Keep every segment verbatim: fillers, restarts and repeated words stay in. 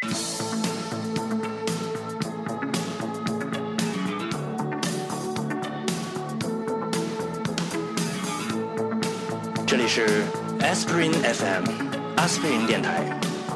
这里是 Aspirin F M 阿司匹林电台。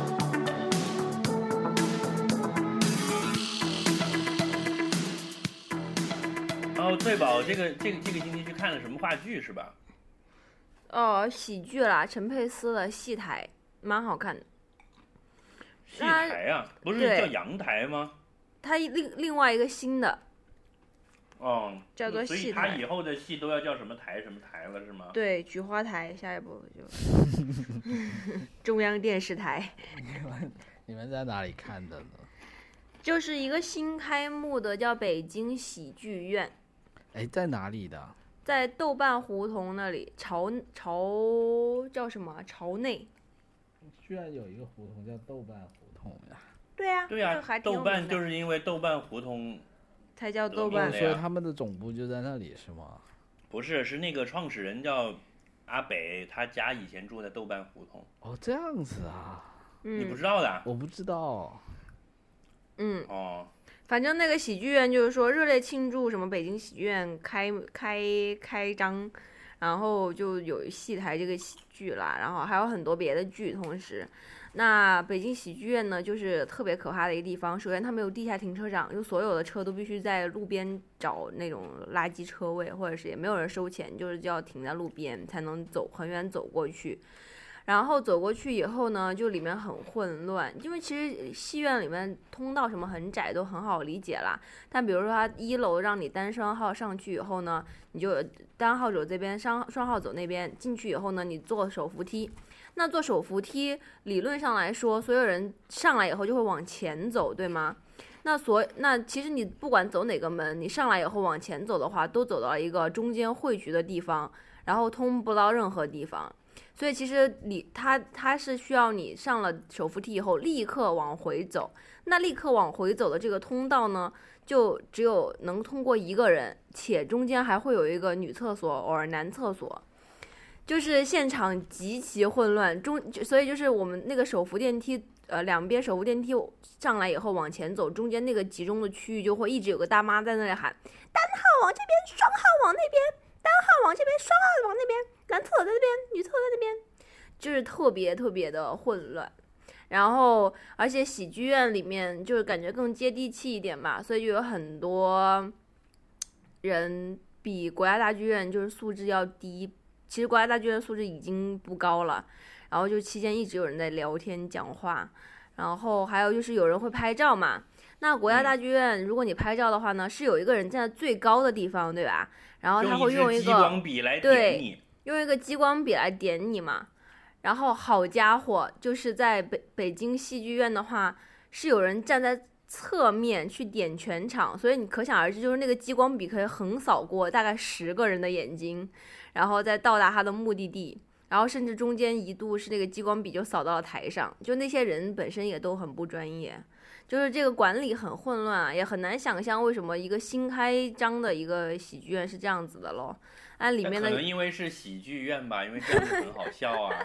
哦，对宝，这个这个这个星期去看了什么话剧是吧？ 哦，喜剧啦，陈佩斯的戏台，蛮好看的。 戏台啊，不是叫阳台吗？ 它另另外一个新的。 哦， 叫做戏台， 所以他以后的戏都要叫什么台什么台了是吗？ 对，菊花台，下一步就中央电视台。 你们你们在哪里看的呢？ 就是一个新开幕的，叫北京喜剧院。 哎，在哪里的？ 在豆瓣胡同那里，朝朝叫什么？朝内。 居然有一个胡同叫豆瓣胡同呀？ 对呀、啊， 对呀、啊，豆瓣就是因为豆瓣胡同。 才叫豆瓣， 所以他们的总部就在那里是吗？ 不是，是那个创始人叫阿北，他家以前住在豆瓣胡同。 哦，这样子啊， 嗯、 你不知道的？ 我不知道。 嗯， 哦， 反正那个喜剧院就是说热烈庆祝什么北京喜剧院开开开张，然后就有戏台这个喜剧啦，然后还有很多别的剧，同时。那北京喜剧院呢，就是特别可怕的一个地方。首先，它没有地下停车场，就所有的车都必须在路边找那种垃圾车位，或者是也没有人收钱，就是就要停在路边才能走很远走过去。然后走过去以后呢，就里面很混乱，因为其实戏院里面通道什么很窄，都很好理解啦。但比如说它一楼让你单双号上去以后呢，你就单号走这边，双双号走那边，进去以后呢，你坐手扶梯。那坐手扶梯理论上来说，所有人上来以后就会往前走，对吗？那所那其实你不管走哪个门，你上来以后往前走的话，都走到一个中间汇聚的地方，然后通不到任何地方。所以其实你它它是需要你上了手扶梯以后立刻往回走。那立刻往回走的这个通道呢，就只有能通过一个人，且中间还会有一个女厕所或者男厕所。就是现场极其混乱，中所以就是我们那个手扶电梯，呃，两边手扶电梯上来以后往前走，中间那个集中的区域就会一直有个大妈在那里喊：单号往这边，双号往那边，单号往这边，双号往那边，男厕所在这边，女厕所在那边，就是特别特别的混乱。然后，而且喜剧院里面就是感觉更接地气一点吧，所以就有很多人比国家大剧院就是素质要低。其实国家大剧院素质已经不高了，然后就期间一直有人在聊天讲话，然后还有就是有人会拍照嘛。那国家大剧院如果你拍照的话呢，是有一个人站在最高的地方，对吧？然后他会用一个激光笔来点你， 对，用一个激光笔来点你嘛。然后好家伙，就是在北北京戏剧院的话，是有人站在侧面去点全场，所以你可想而知，就是那个激光笔可以横扫过大概十个人的眼睛，然后再到达他的目的地，然后甚至中间一度是那个激光笔就扫到了台上，就那些人本身也都很不专业，就是这个管理很混乱啊，也很难想象为什么一个新开张的一个喜剧院是这样子的咯。按里面的可能因为是喜剧院吧，因为这样子很好笑啊。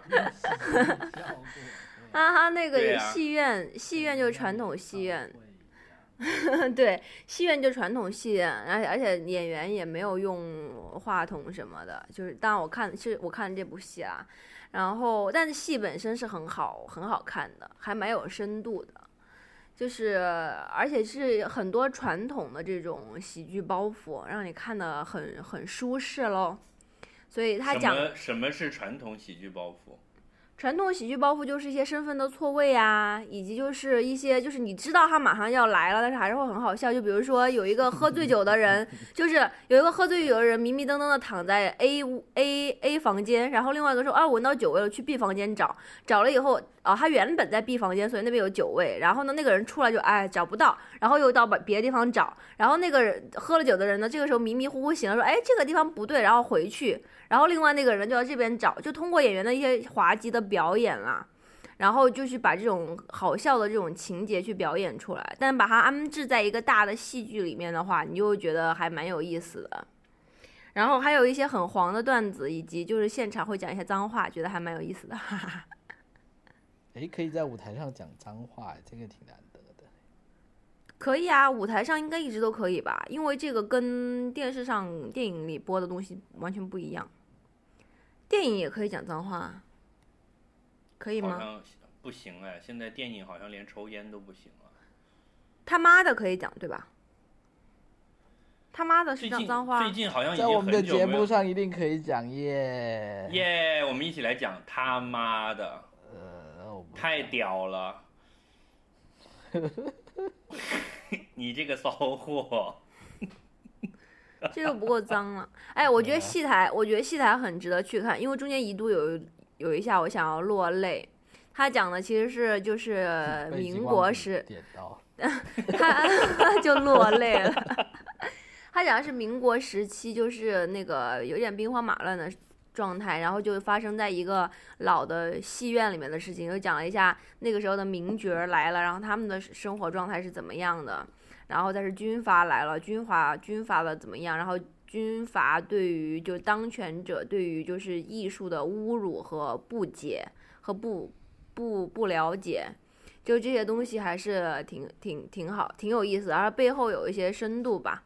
啊哈，那个戏院，啊、戏院就是传统戏院。对，戏院就传统戏院，而且而且演员也没有用话筒什么的，就是当然我看是我看这部戏啦，然后但是戏本身是很好很好看的，还蛮有深度的，就是而且是很多传统的这种喜剧包袱，让你看得很很舒适咯。所以他讲什么什么是传统喜剧包袱？ 传统喜剧包袱就是一些身份的错位啊，以及就是一些就是你知道他马上要来了，但是还是会很好笑。就比如说有一个喝醉酒的人，就是有一个喝醉酒的人迷迷瞪瞪的躺在 A A A 房间，然后另外一个说啊闻到酒味了，去 B 房间找，找了以后啊他原本在 B 房间，所以那边有酒味，然后呢那个人出来就哎找不到，然后又到别的地方找，然后那个人喝了酒的人呢这个时候迷迷糊糊醒了说哎这个地方不对，然后回去。然后另外那个人就到这边找，就通过演员的一些滑稽的表演啦，然后就去把这种好笑的这种情节去表演出来，但把它安置在一个大的戏剧里面的话，你就会觉得还蛮有意思的。然后还有一些很黄的段子，以及就是现场会讲一些脏话，觉得还蛮有意思的。哈哈。 哎，可以在舞台上讲脏话，这个挺难得的。 可以啊，舞台上应该一直都可以吧，因为这个跟电视上电影里播的东西完全不一样。电影也可以讲脏话，可以吗？ 好像不行哎，现在电影好像连抽烟都不行了。 他妈的可以讲对吧？他妈的是最近讲脏话。 最近好像已在经我们的节很久没有目上一定可以讲耶。 耶我们一起来讲他妈的， 呃，我不太屌了！你这个骚货！ 这个不够脏了。哎，我觉得戏台，我觉得戏台很值得去看，因为中间一度有有一下我想要落泪。他讲的其实是就是民国时， 点到他就落泪了。他讲的是民国时期，就是那个有点兵荒马乱的状态，然后就发生在一个老的戏院里面的事情，就讲了一下那个时候的名角来了，然后他们的生活状态是怎么样的，然后再是军阀来了，军阀军阀的怎么样，然后军阀对于就当权者对于就是艺术的侮辱和不解和不不不了解。就这些东西还是挺挺挺好，挺有意思的，而背后有一些深度吧，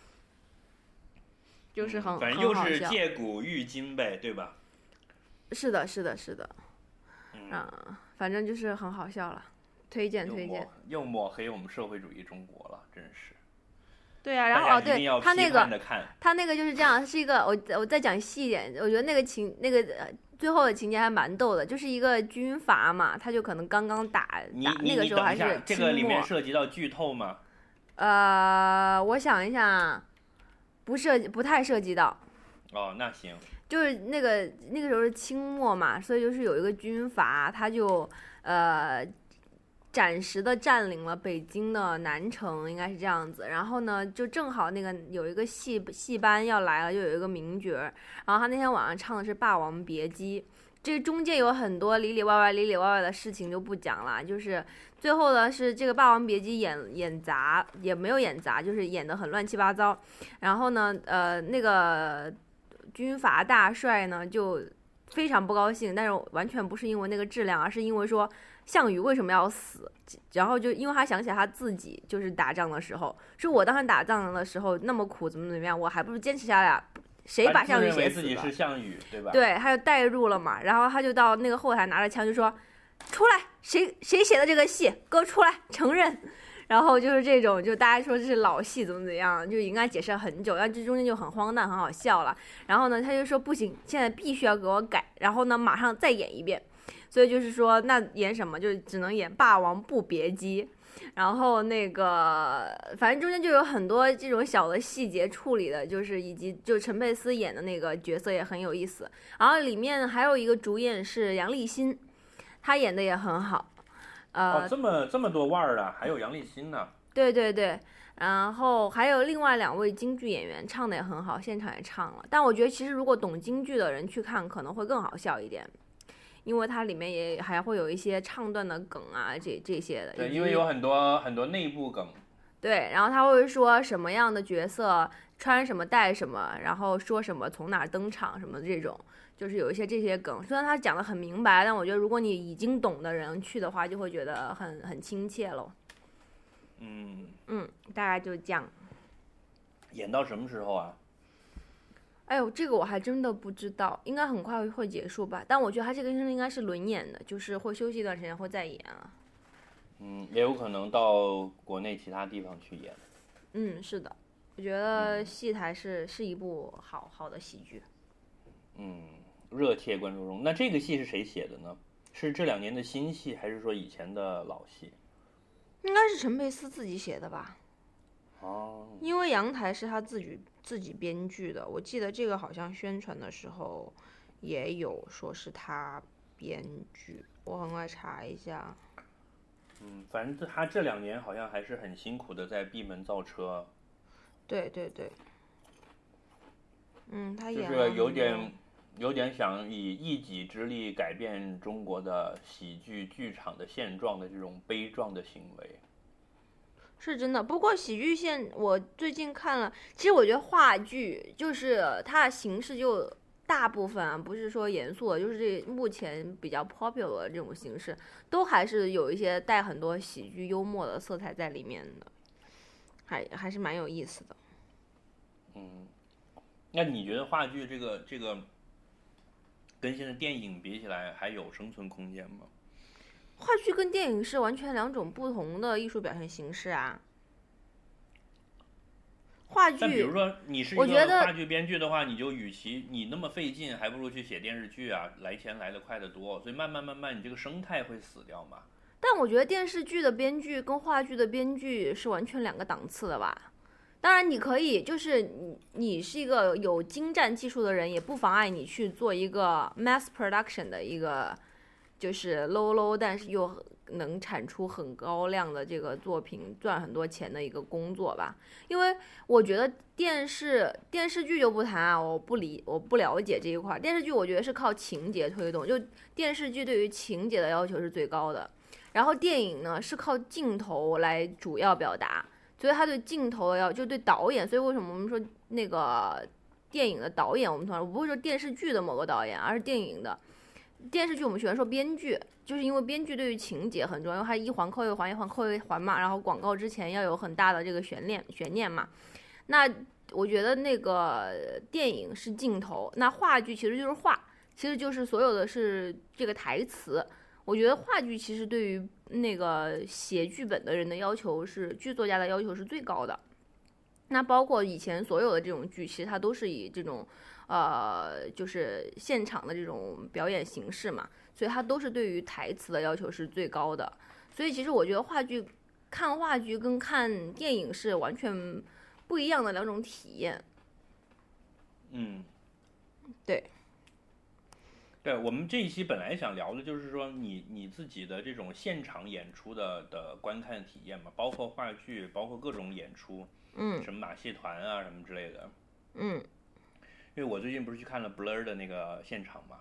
就是很、 嗯、反正又是很好笑。 借古喻今呗，对吧？ 是的，是的，是的， 嗯， 啊，反正就是很好笑了，推荐推荐。 又抹黑我们社会主义中国了，真是。 对啊，然后哦，对他那个他那个就是这样，是一个我我再讲细一点，我觉得那个情那个。呃最后的情节还蛮逗的，就是一个军阀嘛，他就可能刚刚打打那个时候还是清末。 这个里面涉及到剧透吗？ 呃，我想一下，不涉不太涉及到。 哦，那行。 就是那个那个时候是清末嘛，所以就是有一个军阀，他就呃暂时的占领了北京的南城，应该是这样子。然后呢，就正好那个有一个戏戏班要来了，就有一个名角，然后他那天晚上唱的是《霸王别姬》。这中间有很多里里外外、里里外外的事情就不讲了。就是最后呢，是这个《霸王别姬》演演砸，也没有演砸，就是演得很乱七八糟。然后呢，呃，那个军阀大帅呢就非常不高兴，但是完全不是因为那个质量，而是因为说项羽为什么要死，然后就因为他想起来他自己就是打仗的时候，说我当时打仗的时候那么苦，怎么怎么样，我还不如坚持下来。谁把项羽写死了？ 自己是项羽，对吧？ 对，他就代入了嘛，然后他就到那个后台拿着枪就说：“出来，谁谁写的这个戏，给我出来承认。”然后就是这种，就大家说这是老戏怎么怎么样，就应该解释了很久，但这中间就很荒诞，很好笑了。然后呢，他就说不行，现在必须要给我改，然后呢，马上再演一遍。所以就是说，那演什么就只能演《霸王不别姬》。然后那个，反正中间就有很多这种小的细节处理的，就是以及就陈佩斯演的那个角色也很有意思。然后里面还有一个主演是杨立新，他演的也很好。呃， 哦，这么这么多腕儿的，还有杨立新呢。对对对，然后还有另外两位京剧演员唱的也很好，现场也唱了。但我觉得其实如果懂京剧的人去看，可能会更好笑一点。因为它里面也还会有一些唱段的梗啊，这这些的。 对，因为有很多很多内部梗。 对，然后他会说什么样的角色穿什么戴什么，然后说什么从哪儿登场什么的这种，就是有一些这些梗。虽然他讲的很明白，但我觉得如果你已经懂的人去的话，就会觉得很很亲切咯。 嗯嗯，大概就这样。 演到什么时候啊？ 哎呦，这个我还真的不知道，应该很快会结束吧。但我觉得他这个应该是轮演的，就是会休息一段时间，会再演了。 嗯，也有可能到国内其他地方去演。 嗯，是的，我觉得戏台是、嗯、是一部好好的喜剧。 嗯，热切关注中。那这个戏是谁写的呢？是这两年的新戏，还是说以前的老戏？ 应该是陈佩斯自己写的吧。 哦， 因为阳台是他自己自己编剧的，我记得这个好像宣传的时候也有说是他编剧，我很快查一下。 嗯，反正他这两年好像还是很辛苦的在闭门造车。 对对对，嗯，他演就是有点有点想以一己之力改变中国的喜剧剧场的现状的这种悲壮的行为。 是真的，不过喜剧线我最近看了，其实我觉得话剧就是它的形式就大部分啊，不是说严肃的，就是这目前比较 popular 的这种形式，都还是有一些带很多喜剧幽默的色彩在里面的，还还是蛮有意思的。 嗯，那你觉得话剧这个这个跟现在电影比起来还有生存空间吗？ 话剧跟电影是完全两种不同的艺术表现形式啊。话剧， 但比如说你是一我觉得个话剧编剧的话，你就与其你那么费劲，还不如去写电视剧啊，来钱来得快得多。所以慢慢慢慢，你这个生态会死掉嘛。 但我觉得电视剧的编剧跟话剧的编剧是完全两个档次的吧。当然，你可以就是你你是一个有精湛技术的人，也不妨碍你去做一个 mass production 的一个就是 low low， 但是又能产出很高量的这个作品，赚很多钱的一个工作吧。因为我觉得电视电视剧就不谈啊，我不理我不了解这一块。电视剧我觉得是靠情节推动，就电视剧对于情节的要求是最高的。然后电影呢是靠镜头来主要表达，所以他对镜头要就对导演，所以为什么我们说那个电影的导演，我们通常不会说电视剧的某个导演，而是电影的电视剧我们喜欢说编剧，就是因为编剧对于情节很重要，因为它一环扣一环，一环扣一环嘛，然后广告之前要有很大的这个悬念悬念嘛。那我觉得那个电影是镜头，那话剧其实就是话，其实就是所有的是这个台词。我觉得话剧其实对于那个写剧本的人的要求是，剧作家的要求是最高的。那包括以前所有的这种剧，其实它都是以这种呃，就是现场的这种表演形式嘛，所以它都是对于台词的要求是最高的。所以其实我觉得话剧，看话剧跟看电影是完全不一样的两种体验。 嗯， 对。 对，我们这一期本来想聊的就是说你你自己的这种现场演出的的观看体验嘛，包括话剧，包括各种演出， 嗯， 什么马戏团啊什么之类的， 嗯， 因为我最近不是去看了 Blur 的那个现场嘛，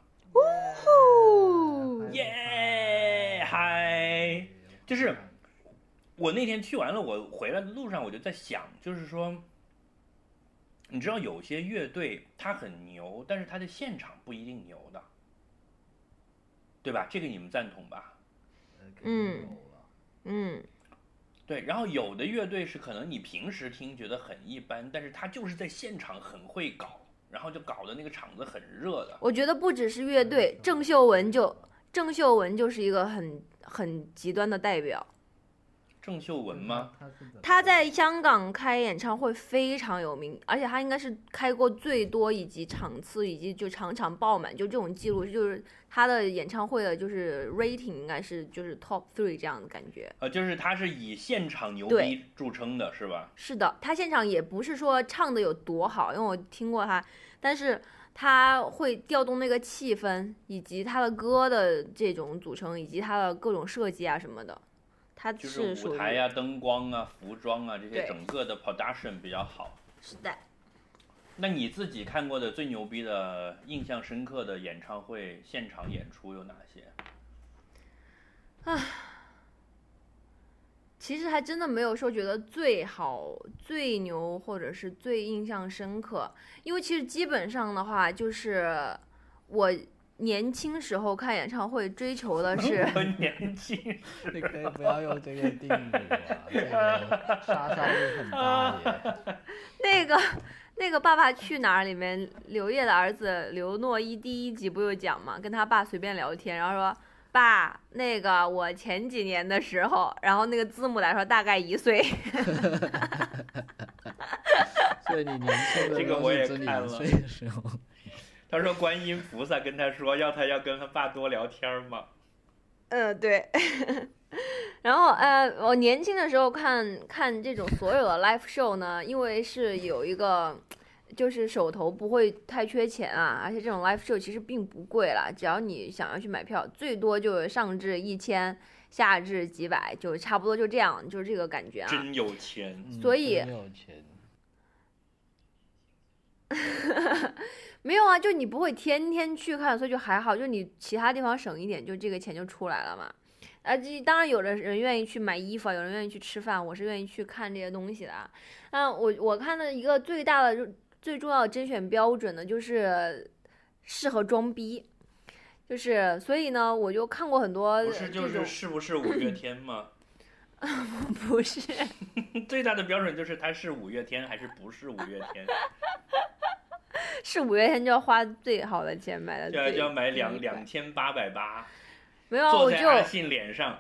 呜呼， 耶嗨，就是我那天去完了，我回来的路上我就在想，就是说，你知道有些乐队它很牛，但是它的现场不一定牛的。对吧？这个你们赞同吧？ 嗯嗯， 对。然后有的乐队是可能你平时听觉得很一般，但是他就是在现场很会搞，然后就搞得那个场子很热的。 我觉得不只是乐队，郑秀文就郑秀文就是一个很很极端的代表。 郑秀文吗？ 他在香港开演唱会非常有名，而且他应该是开过最多以及场次以及就场场爆满，就这种记录，就是他的演唱会的就是 rating 应该是就是 top three 这样的感觉。 呃，就是他是以现场牛逼著称的，是吧？ 是的，他现场也不是说唱的有多好，因为我听过他，但是他会调动那个气氛，以及他的歌的这种组成，以及他的各种设计啊什么的。它就是舞台呀、啊、灯光啊、服装啊这些整个的 production 比较好。 是的。 那你自己看过的最牛逼的、印象深刻的演唱会现场演出有哪些？ 啊，其实还真的没有说觉得最好、最牛或者是最印象深刻，因为其实基本上的话，就是我年轻时候看演唱会追求的是我年轻你可以不要用这个定语啊，这个杀伤力很大耶。 那个那个《爸爸去哪儿》里面，刘烨的儿子刘诺一第一集不有讲嘛，跟他爸随便聊天，然后说爸，那个我前几年的时候，然后那个字幕来说大概一岁。 所以你年轻的这个我也看了。 一岁的时候。 他说观音菩萨跟他说要他要跟他爸多聊天嘛。 嗯，对。然后呃，我年轻的时候看看这种所有的 live show 呢，因为是有一个就是手头不会太缺钱啊，而且这种 live show 其实并不贵啦，只要你想要去买票，最多就上至一千，下至几百，就差不多就这样，就是这个感觉啊。 真有钱。 所以。 真有钱。 没有啊，就你不会天天去看，所以就还好，就你其他地方省一点，就这个钱就出来了嘛。啊，这当然有的人愿意去买衣服，有人愿意去吃饭，我是愿意去看这些东西的啊。那我我看的一个最大的、最重要的甄选标准呢，就是适合装逼，就是所以呢，我就看过很多。 不是就是是不是五月天吗？ 不是， 最大的标准就是他是五月天还是不是五月天。 是五月天就要花最好的钱买的， 就要就要买两两千八百八， 没有， 坐在阿我就信脸上，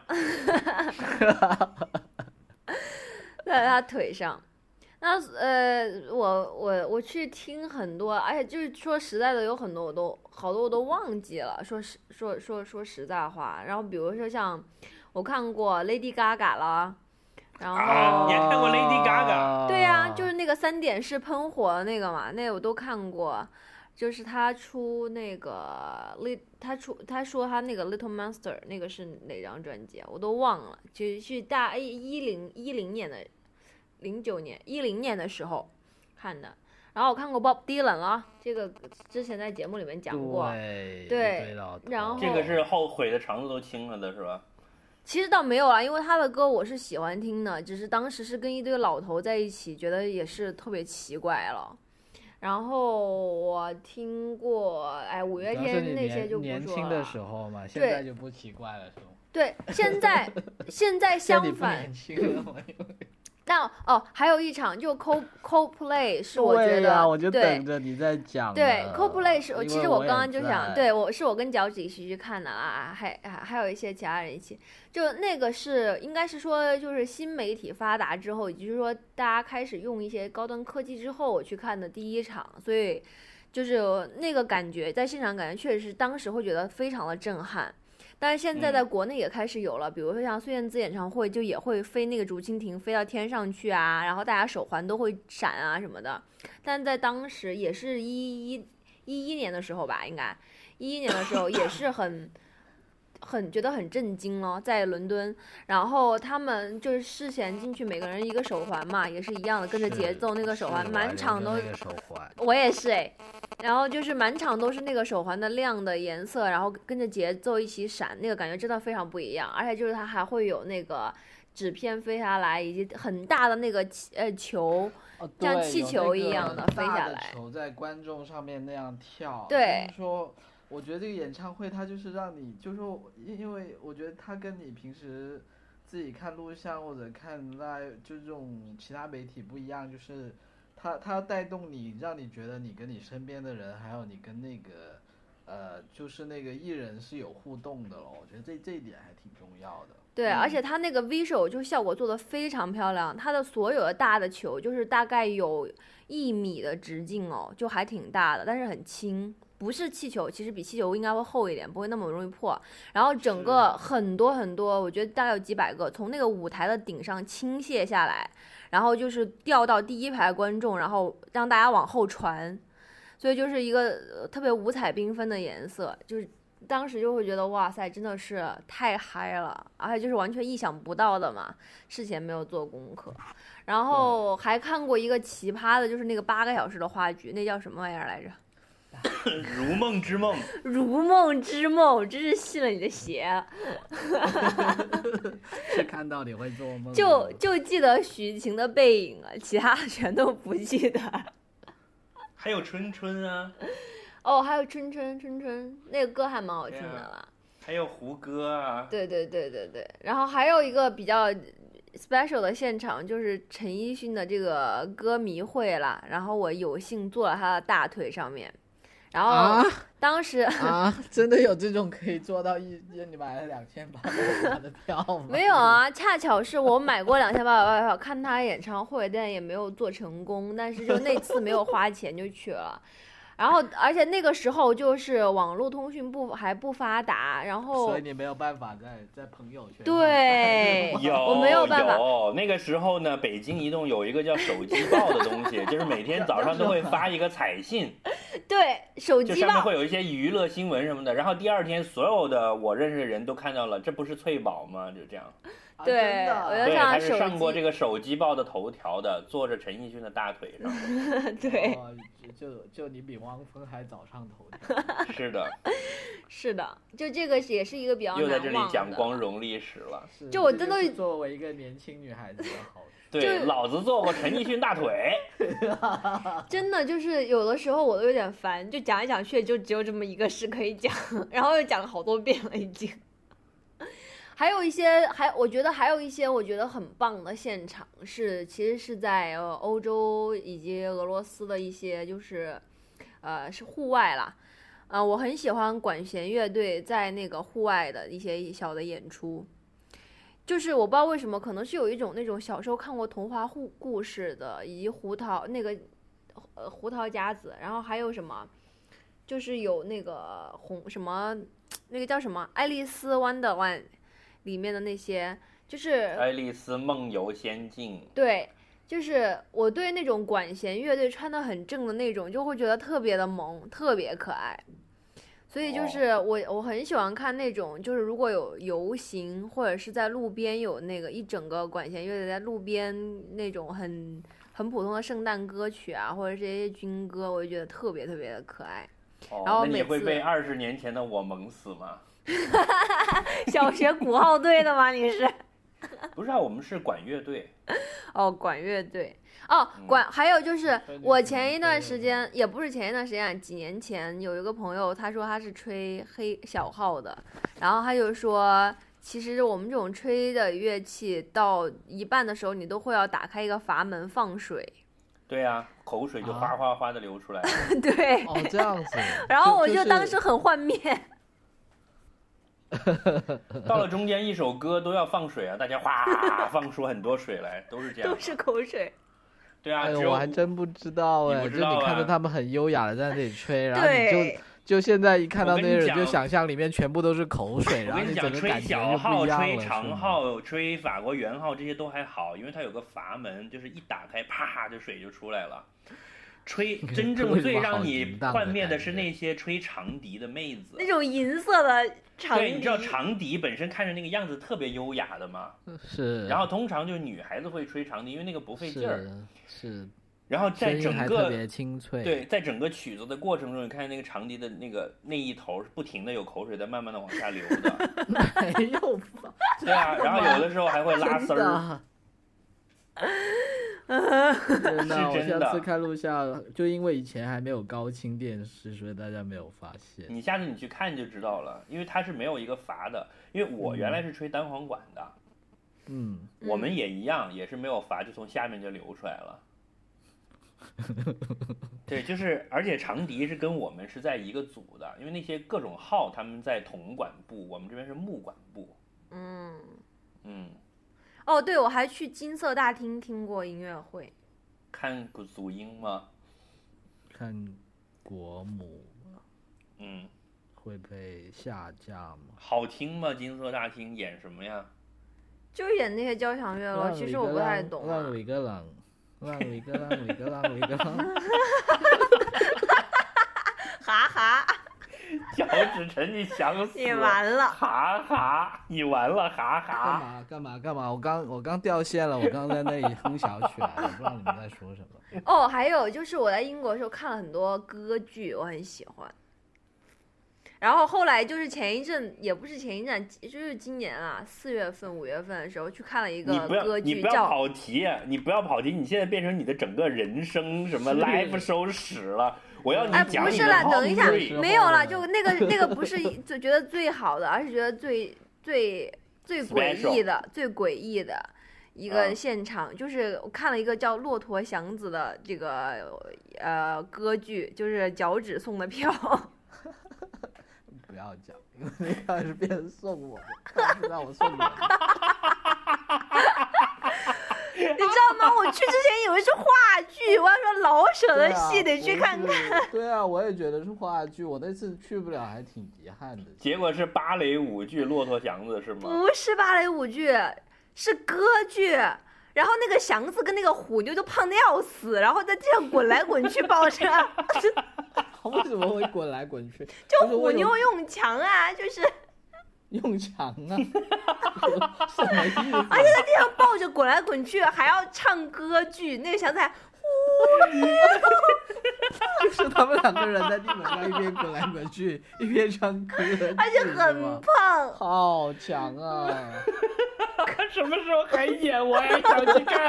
在他腿上。那呃，我我我去听很多，而且就是说实在的，有很多我都好多我都忘记了。说实说说说实在话，然后比如说像我看过 Lady Gaga 了，然后、 啊、你还看过 Lady Gaga？ 对呀、啊，就是那个三点式喷火的那个嘛，那个我都看过。就是他出那个 Lit， 他出他说他那个 Little Monster 那个是哪张专辑啊？我都忘了，就是大一零一零年的。零九年、一零年的时候看的，然后我看过 Bob Dylan 了，这个之前在节目里面讲过。 对， 对，然后这个是后悔的肠子都青了的是吧？ 其实倒没有啦，因为他的歌我是喜欢听的，只是当时是跟一堆老头在一起，觉得也是特别奇怪了。然后我听过，哎，五月天那些就不说了。 年轻的时候嘛，现在就不奇怪了，是吗？ 对，现在现在相反。 年轻了吗？ 但哦，还有一场就 Co Coldplay 是我觉得， 对啊，我就等着你在讲。 对 Coldplay 是，其实我刚刚就想，对我是我跟脚趾一起去看的啊，还还有一些其他人一起，就那个是应该是说就是新媒体发达之后，也就是说大家开始用一些高端科技之后，我去看的第一场，所以就是那个感觉在现场感觉确实是当时会觉得非常的震撼。但是现在在国内也开始有了，嗯、比如说像孙燕姿演唱会，就也会飞那个竹蜻蜓飞到天上去啊，然后大家手环都会闪啊什么的。但在当时也是一一一一年的时候吧，应该一一年的时候也是很很觉得很震惊咯，在伦敦，然后他们就是事前进去每个人一个手环嘛，也是一样的，跟着节奏那个手环，满场都，我也是哎。然后就是满场都是那个手环的亮的颜色，然后跟着节奏一起闪，那个感觉真的非常不一样。而且就是它还会有那个纸片飞下来，以及很大的那个呃球， 哦、 像气球一样的飞下来。 球在观众上面那样跳。 对。 就是说，我觉得这个演唱会它就是让你，就是说，因为我觉得它跟你平时自己看录像或者看 live 就这种其他媒体不一样，就是。它它要带动你，让你觉得你跟你身边的人，还有你跟那个，呃，就是那个艺人是有互动的咯。我觉得这这一点还挺重要的。 对， 嗯、 而且它那个 visual 就效果做得非常漂亮，它的所有的大的球就是大概有一米的直径哦，就还挺大的，但是很轻。不是气球，其实比气球应该会厚一点，不会那么容易破。然后整个很多很多，我觉得大概有几百个，从那个舞台的顶上倾泻下来，然后就是掉到第一排观众，然后让大家往后传，所以就是一个特别五彩缤纷的颜色，就是当时就会觉得哇塞，真的是太嗨了，而且就是完全意想不到的嘛，事前没有做功课。然后还看过一个奇葩的，就是那个八个小时的话剧，那叫什么玩意儿来着？ 如梦之梦， 如梦之梦，真是信了你的邪。 是看到你会做梦， 就就记得许晴的背影了，其他全都不记得。 还有春春啊， 哦，还有春春春春，那个歌还蛮好听的啦。 还有胡歌啊， 对对对对对，然后还有一个比较 special 的现场，就是陈奕迅的这个歌迷会啦，然后我有幸坐在他的大腿上面。然后当时啊, 啊，真的有这种可以做到一，你买了两千八百八的票吗？ 没有啊，恰巧是我买过两千八百八的票看他演唱会，但也没有做成功，但是就那次没有花钱就去了。然后，而且那个时候就是网络通讯不还不发达，然后所以你没有办法在在朋友圈。 对， 有我没有办法。 有那个时候呢，北京移动有一个叫手机报的东西，就是每天早上都会发一个彩信。 对，手机报就上面会有一些娱乐新闻什么的，然后第二天所有的我认识的人都看到了，这不是翠宝吗？就这样。 对， 啊、 我就对，他是上上过这个手机报的头条的，坐着陈奕迅的大腿上。 对、 哦，就就你比我汪峰还早上头条。 是的， 是的，就这个也是一个比较难忘的。 又在这里讲光荣历史了。 就我真的作为一个年轻女孩子的好处。 对，老子做过陈奕迅大腿。 真的就是有的时候我都有点烦，就讲一讲却就只有这么一个事可以讲，然后又讲了好多遍了已经。还有一些，还我觉得还有一些我觉得很棒的现场是，其实是在呃欧洲以及俄罗斯的一些就是呃是户外啦，呃我很喜欢管弦乐队在那个户外的一些小的演出。就是我不知道为什么，可能是有一种那种小时候看过童话故故事的，以及胡桃那个呃胡桃夹子，然后还有什么，就是有那个红什么那个叫什么《爱丽丝 Wonderland》里面的那些，就是 《爱丽丝梦游仙境》。 对，就是我对那种管弦乐队穿得很正的那种，就会觉得特别的萌，特别可爱。所以就是我我很喜欢看那种，就是如果有游行或者是在路边有那个一整个管弦乐队在路边那种很很普通的圣诞歌曲啊，或者是一些军歌，我就觉得特别特别的可爱。 哦、 然后每次那你会被二十年前的我萌死吗？ 小学鼓号队的吗？你是？ 不是啊，我们是管乐队。 哦，管乐队。哦，管还有就是我前一段时间，也不是前一段时间，几年前有一个朋友，他说他是吹黑小号的，然后他就说，其实我们这种吹的乐器到一半的时候，你都会要打开一个阀门放水。 对呀、啊，口水就哗哗哗的流出来了。 啊、对。 哦，这样子。 然后我就当时很幻灭。 到了中间一首歌都要放水啊，大家哗放出很多水来，都是这样。 都是口水。 对啊， 哎呦，我还真不知道哎， 就你看着他们很优雅的在那里吹，然后你就就现在一看到那些人，就想象里面全部都是口水，然后你整个感觉就不一样了。 吹小号、吹长号、吹法国圆号这些都还好，因为它有个阀门，就是一打开，啪，这水就出来了。吹真正最让你幻灭的是那些吹长笛的妹子， 那种银色的长笛。 对，你知道长笛本身看着那个样子特别优雅的吗？ 是。 然后通常就女孩子会吹长笛，因为那个不费劲儿。 是。 然后在整个特别清脆。 对，在整个曲子的过程中，你看见那个长笛的那个那一头是不停的有口水在慢慢的往下流的。 没有吧？ 对啊，然后有的时候还会拉丝儿。 真的，我下次看录像，就因为以前还没有高清电视，所以大家没有发现。 你下次你去看就知道了，因为它是没有一个阀的。因为我原来是吹单簧管的， 嗯， 我们也一样，也是没有阀，就从下面就流出来了。对，就是，而且长笛是跟我们是在一个组的，因为那些各种号他们在铜管部，我们这边是木管部。 嗯嗯。 哦，对，我还去金色大厅听过音乐会。 看祖英吗？ 看国母。 嗯。 会被下架吗？ 好听吗？金色大厅演什么呀？ 就演那些交响乐了，其实我不太懂、啊。 浪里个浪，浪里个浪里个浪里个浪。 哈哈。 脚趾成你想死， 你完了， 哈哈，你完了，哈哈。 干嘛干嘛干嘛？我刚我刚掉线了，我刚在那里哼小曲来了，不知道你们在说什么。 哦，还有就是我在英国的时候看了很多歌剧，我很喜欢。然后后来就是前一阵，也不是前一阵，就是今年啊，四月份、五月份的时候去看了一个歌剧， 你不要跑题，你不要跑题，你现在变成你的整个人生什么 live show 史了。我要你讲你的。 哎，不是了，等一下，没有了，就那个那个不是就觉得最好的，而是觉得最最最诡异的、最诡异的一个现场，嗯、就是我看了一个叫《骆驼祥子》的这个呃歌剧，就是脚趾送的票。 不要讲，因为那个是别人送我的，他是让我送人的。 你知道吗？我去之前以为是话剧，我要说老舍的戏得去看看。 对啊，我也觉得是话剧，我那次去不了，还挺遗憾的。 结果是芭蕾舞剧《骆驼祥子》是吗？ 不是芭蕾舞剧，是歌剧。然后那个祥子跟那个虎妞就胖的要死，然后在地上滚来滚去抱着。 为什么会滚来滚去？ 就虎妞用墙啊，就是用墙啊，什么意思？ 而且在地上抱着滚来滚去，还要唱歌剧，那个祥子还呼， 就是他们两个人在地板上一边滚来滚去，一边唱歌， 而且很胖， 好强啊！ 什么时候还演？我也想去看。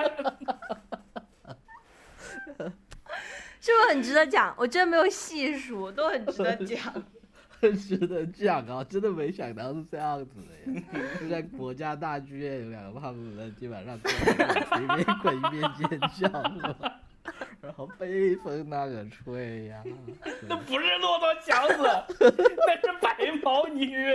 是不是很值得讲？我真没有细数，都很值得讲。 很值得讲啊！真的没想到是这样子的耶！就在国家大剧院有两个胖子在地板上滚一边滚一边尖叫，然后被风那个吹呀、啊。 那不是骆驼祥子，那是白毛女。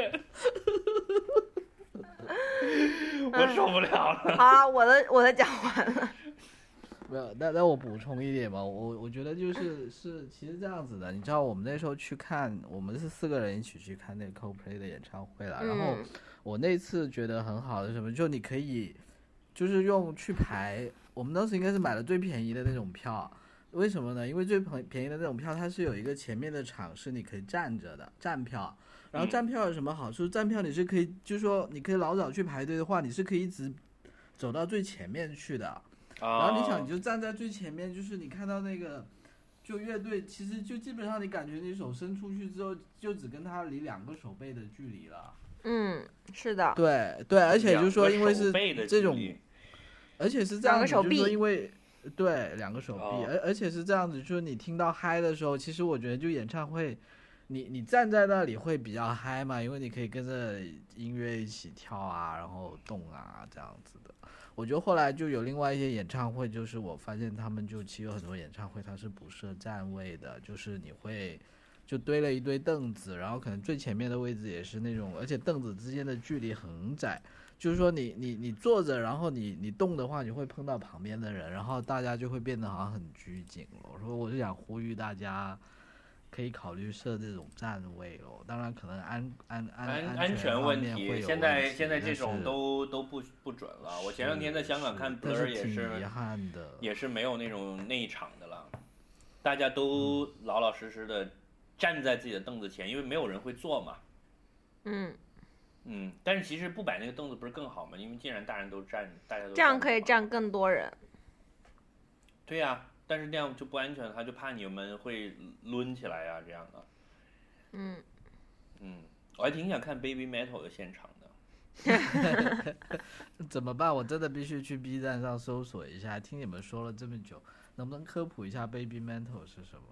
我受不了了。 好了，我的我的讲完了。 没有，那那我补充一点吧，我我觉得就是是其实这样子的，你知道我们那时候去看，我们是四个人一起去看那个 Coldplay 的演唱会了， 嗯、 然后我那次觉得很好的是什么，就你可以就是用去排，我们当时应该是买了最便宜的那种票，为什么呢？因为最便宜的那种票它是有一个前面的场是你可以站着的站票，然后站票有什么好处？站票你是可以，就是说你可以老早去排队的话，你是可以一直走到最前面去的。然后你想，你就站在最前面，就是你看到那个，就乐队，其实就基本上你感觉你手伸出去之后，就只跟他离两个手背的距离了。 嗯，是的。 对对，而且就是说，因为是这种，而且是这样子，就是说因为对两个手臂，而、哦、而且是这样子，就是你听到嗨的时候，其实我觉得就演唱会，你你站在那里会比较嗨嘛，因为你可以跟着音乐一起跳啊，然后动啊这样子的。我觉得后来就有另外一些演唱会，就是我发现他们就其实有很多演唱会它是不设站位的，就是你会就堆了一堆凳子，然后可能最前面的位置也是那种，而且凳子之间的距离很窄，就是说你你你坐着，然后你你动的话，你会碰到旁边的人，然后大家就会变得好像很拘谨了。我说我是想呼吁大家可以考虑设这种站位咯，当然可能安安安安安全问题，现在现在这种都都不不准了。我前两天在香港看 Blur 也是， 遗憾的， 也是没有那种内场的了，大家都老老实实的站在自己的凳子前，因为没有人会坐嘛。 嗯嗯，但是其实不摆那个凳子不是更好吗？因为既然大人都站，大家都这样可以站更多人。 对呀、啊。但是那样就不安全，他就怕你们会抡起来呀、啊，这样的。 嗯嗯，我还挺想看 Baby Metal 的现场的。 怎么办？我真的必须去 B 站上搜索一下。听你们说了这么久，能不能科普一下 Baby Metal 是什么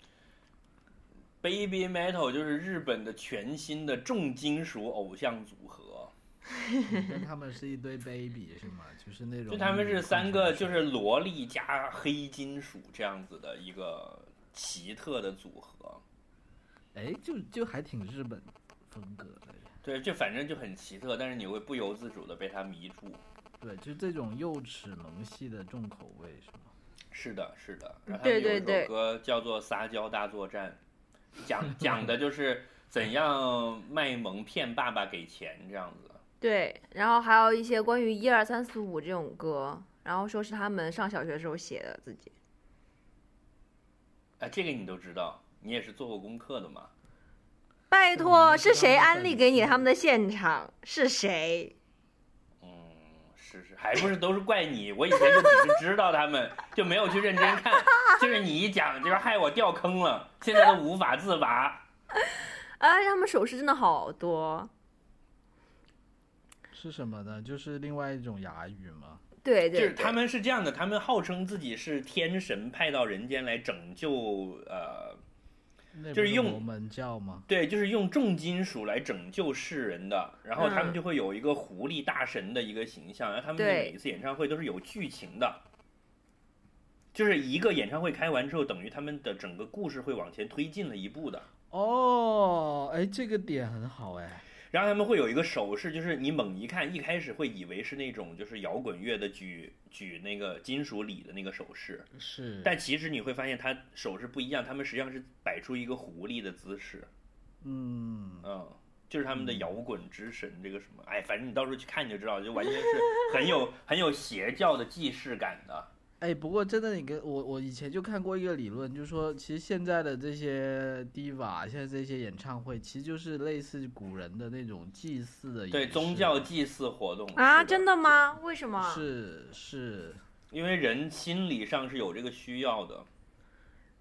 ？Baby Metal 就是日本的全新的重金属偶像组合。 跟他们是一堆 baby 是吗？就是那种， 就他们是三个，就是萝莉加黑金属这样子的一个奇特的组合。 哎，就就还挺日本风格的。 对，就反正就很奇特，但是你会不由自主的被它迷住。 对，就这种幼齿萌系的重口味是吗？ 是的，是的。然后他们有一首歌叫做《撒娇大作战》，讲讲的就是怎样卖萌骗爸爸给钱这样子。 对，然后还有一些关于一二三四五这种歌，然后说是他们上小学的时候写的自己。 哎，这个你都知道，你也是做过功课的嘛？ 拜托，是谁安利给你他们的现场？是谁？ 嗯，是是，还不是都是怪你。我以前就只是知道他们，就没有去认真看。就是你一讲，就是害我掉坑了，现在都无法自拔。 哎，他们手势真的好多。 是什么呢？就是另外一种哑语吗？ 对 对, 对， 就是他们是这样的，他们号称自己是天神派到人间来拯救，呃，就是用摩门教吗？ 对，就是用重金属来拯救世人的。然后他们就会有一个狐狸大神的一个形象，然后他们的每一次演唱会都是有剧情的，就是一个演唱会开完之后，等于他们的整个故事会往前推进了一步的。 哦，哎，这个点很好哎。 然后他们会有一个手势，就是你猛一看，一开始会以为是那种就是摇滚乐的举举那个金属礼的那个手势， 是， 但其实你会发现它手势不一样，他们实际上是摆出一个狐狸的姿势。 嗯嗯，就是他们的摇滚之神这个什么，哎，反正你到时候去看你就知道，就完全是很有很有邪教的既视感的。 哎，不过真的，你跟我我以前就看过一个理论，就是说，其实现在的这些 diva， 现在这些演唱会，其实就是类似古人的那种祭祀的仪式， 对，宗教祭祀活动啊，真的吗？为什么？ 是是， 因为人心理上是有这个需要的。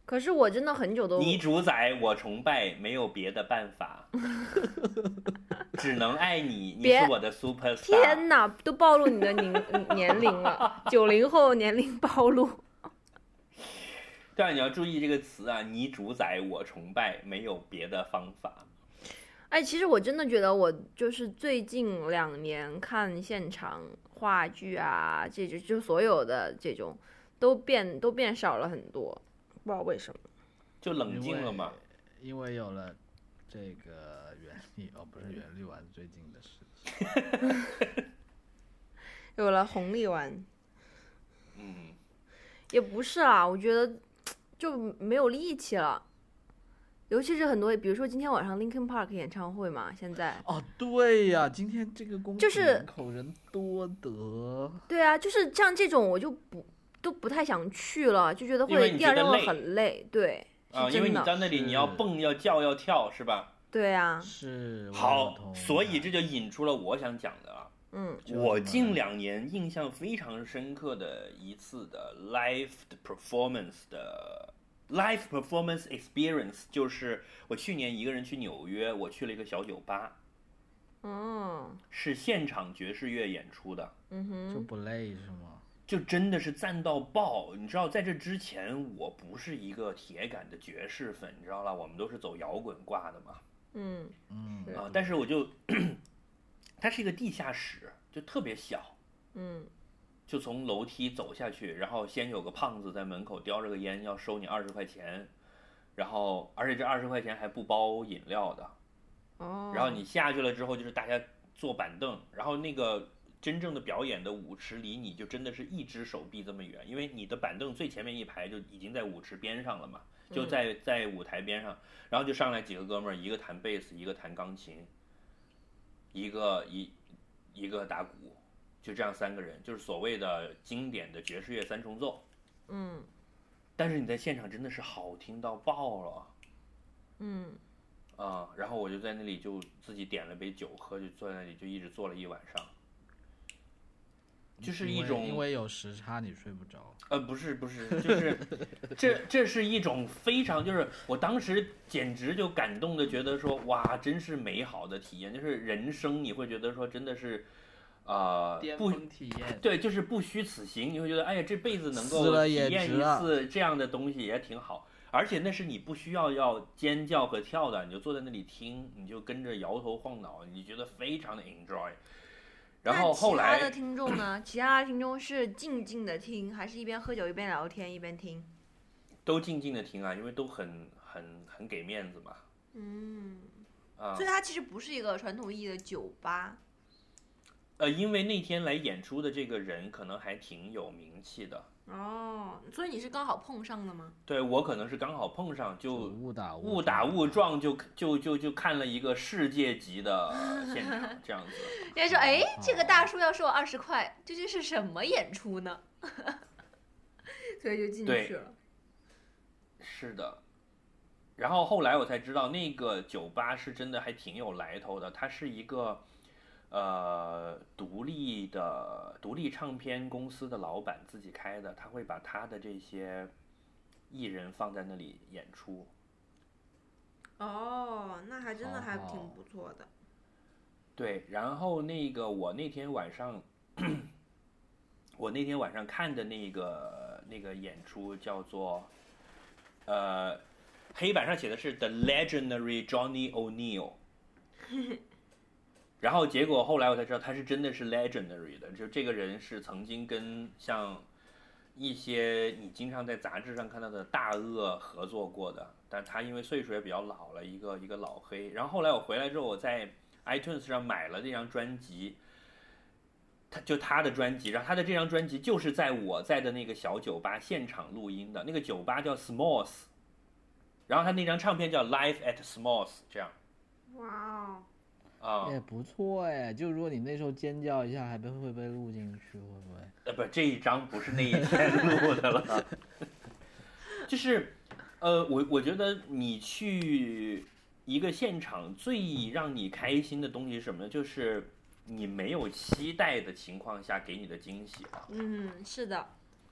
可是我真的很久都你主宰我崇拜，没有别的办法，只能爱你，你是我的 super star。 天哪，都暴露你的年年龄了，九零后年龄暴露。 对啊，你要注意这个词啊，你主宰我崇拜，没有别的方法。 哎，其实我真的觉得我就是最近两年看现场话剧啊，这就就所有的这种都变都变少了很多。不知道为什么， 就冷静了嘛。 因为有了这个袁立，哦，不是袁立完最近的事情， 有了红利丸， 嗯， 也不是啦，我觉得就没有力气了。尤其是很多，比如说今天晚上 Linkin Park 演唱会嘛，现在哦，对呀、啊，今天这个公就是人口人多得， 对啊，就是像这种我就不都不太想去了，就觉得因为会第二天会你觉得累很累，对， 啊， 是真的， 因为你到那里你要蹦要叫要跳是吧？ 对啊， 是好，所以这就引出了我想讲的啊。 嗯， 我近两年印象非常深刻的一次的 live performance 的 live performance experience， 就是我去年一个人去纽约，我去了一个小酒吧， 哦， 是现场爵士乐演出的， 嗯哼， 就不累是吗？ 就真的是赞到爆。你知道，在这之前我不是一个铁杆的爵士粉，你知道啦，我们都是走摇滚挂的嘛。 嗯嗯是啊，但是我就，它是一个地下室，就特别小， 嗯就从楼梯走下去，然后先有个胖子在门口叼着个烟，要收你二十块钱，然后而且这二十块钱还不包饮料的， 哦， 然后你下去了之后，就是大家坐板凳，然后那个真正的表演的舞池离你就真的是一只手臂这么远，因为你的板凳最前面一排就已经在舞池边上了嘛，就在在舞台边上，然后就上来几个哥们儿，一个弹贝斯，一个弹钢琴，一个一一个打鼓，就这样三个人，就是所谓的经典的爵士乐三重奏。 嗯但是你在现场真的是好听到爆了。 嗯啊、然后我就在那里就自己点了杯酒喝，就坐在那里就一直坐了一晚上，就是一种因为因为有时差你睡不着。 呃不是不是，就是这这是一种非常就是我当时简直就感动的觉得说哇真是美好的体验，就是人生你会觉得说真的是呃巅不峰体验， 对，就是不虚此行，你会觉得哎呀这辈子能够死了体验一也值了次这样的东西也挺好。而且那是你不需要要尖叫和跳的，你就坐在那里听，你就跟着摇头晃脑，你觉得非常的 enjoy。然后后那其他的来听众呢？其他的听众是静静的听，还是一边喝酒一边聊天一边听？ 都静静的听啊，因为都很很很给面子嘛。 嗯， 啊所以它其实不是一个传统意义的酒吧。 呃，因为那天来演出的这个人可能还挺有名气的， 哦，所以你是刚好碰上的吗？ 对我可能是刚好碰上，就误打误打误撞就就就就看了一个世界级的现场，这样子。 人家说，哎，这个大叔要收我二十块，究竟是什么演出呢？所以就进去了。 是的。然后后来我才知道，那个酒吧是真的还挺有来头的，它是一个呃独立的独立唱片公司的老板自己开的，他会把他的这些艺人放在那里演出。 哦，那还真的还好好挺不错的。 对，然后那个我那天晚上，我那天晚上看的那个那个演出叫做，呃，黑板上写的是 The Legendary Johnny O'Neill，然后结果后来我才知道他是真的是 legendary 的，就这个人是曾经跟像一些你经常在杂志上看到的大鳄合作过的，但他因为岁数也比较老了，一个一个老黑。然后后来我回来之后，我在 iTunes 上买了这张专辑，他就他的专辑，然后他的这张专辑就是在我在的那个小酒吧现场录音的，那个酒吧叫 Smalls， 然后他那张唱片叫 Live at Smalls， 这样。 哇哦， 啊、 也不错哎，就如果你那时候尖叫一下，还被会被录进去，会不会？ 呃，不，这一张不是那一天录的了，就是，呃，我我觉得你去一个现场最让你开心的东西是什么呢？就是你没有期待的情况下给你的惊喜吧。 嗯，是的，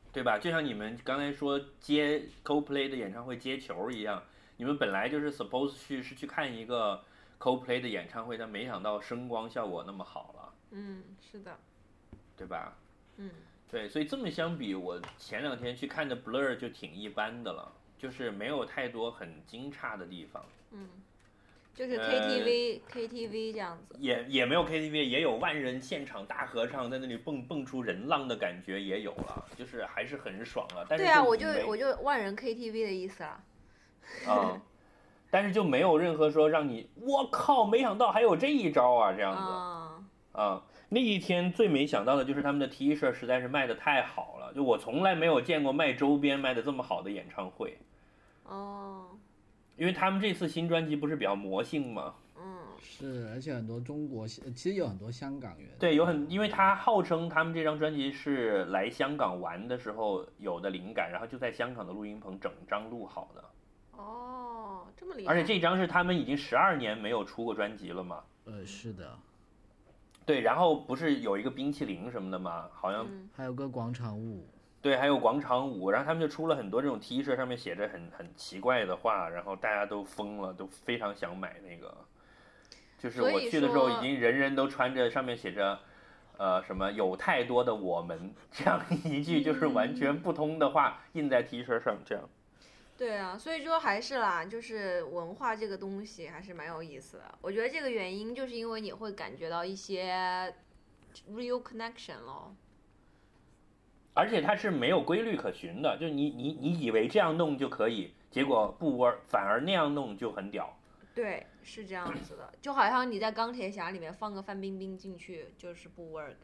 对吧？就像你们刚才说接 Coldplay 的演唱会接球一样，你们本来就是 suppose 去是去看一个 Coldplay 的演唱会，但没想到声光效果那么好了。 嗯，是的， 对吧？ 嗯， 对，所以这么相比，我前两天去看的 Blur 就挺一般的了，就是没有太多很惊诧的地方。 嗯，就是 K T V、呃、K T V 这样子， 也也没有 K T V， 也有万人现场大合唱，在那里蹦蹦出人浪的感觉也有了，就是还是很爽了。但是对啊，我就我就万人 K T V 的意思啊。 啊、嗯，但是就没有任何说让你我靠，没想到还有这一招啊，这样子啊、嗯。那一天最没想到的就是他们的 T 恤实在是卖的太好了，就我从来没有见过卖周边卖的这么好的演唱会。 哦。 因为他们这次新专辑不是比较魔性吗？ 嗯， 是，而且很多中国，其实有很多香港人。 对，有很，因为他号称他们这张专辑是来香港玩的时候有的灵感，然后就在香港的录音棚整张录好的。 哦，这么厉害！ 而且这张是他们已经十二年没有出过专辑了嘛？ 呃，是的。 对，然后不是有一个冰淇淋什么的吗？好像、 嗯、 还有个广场舞。 对，还有广场舞，然后他们就出了很多这种 T 恤，上面写着很很奇怪的话，然后大家都疯了，都非常想买那个。就是我去的时候，已经人人都穿着上面写着，呃，什么有太多的我们这样一句就是完全不通的话、嗯、印在 T 恤上，这样。 对啊，所以说还是啦，就是文化这个东西还是蛮有意思的。我觉得这个原因就是因为你会感觉到一些 real connection 咯。 而且它是没有规律可循的，就你你你以为这样弄就可以，结果不 work， 反而那样弄就很屌。 对，是这样子的，就好像你在钢铁侠里面放个范冰冰进去，就是不 work。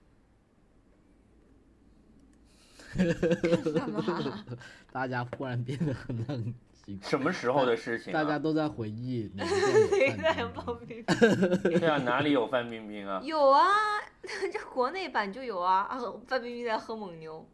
干嘛？ 大家忽然变得很冷静。 什么时候的事情、啊？ 大家都在回忆哪一段有范冰冰。 对啊，哪里有范冰冰啊？ 有啊，这国内版就有啊，啊范冰冰在喝蒙牛。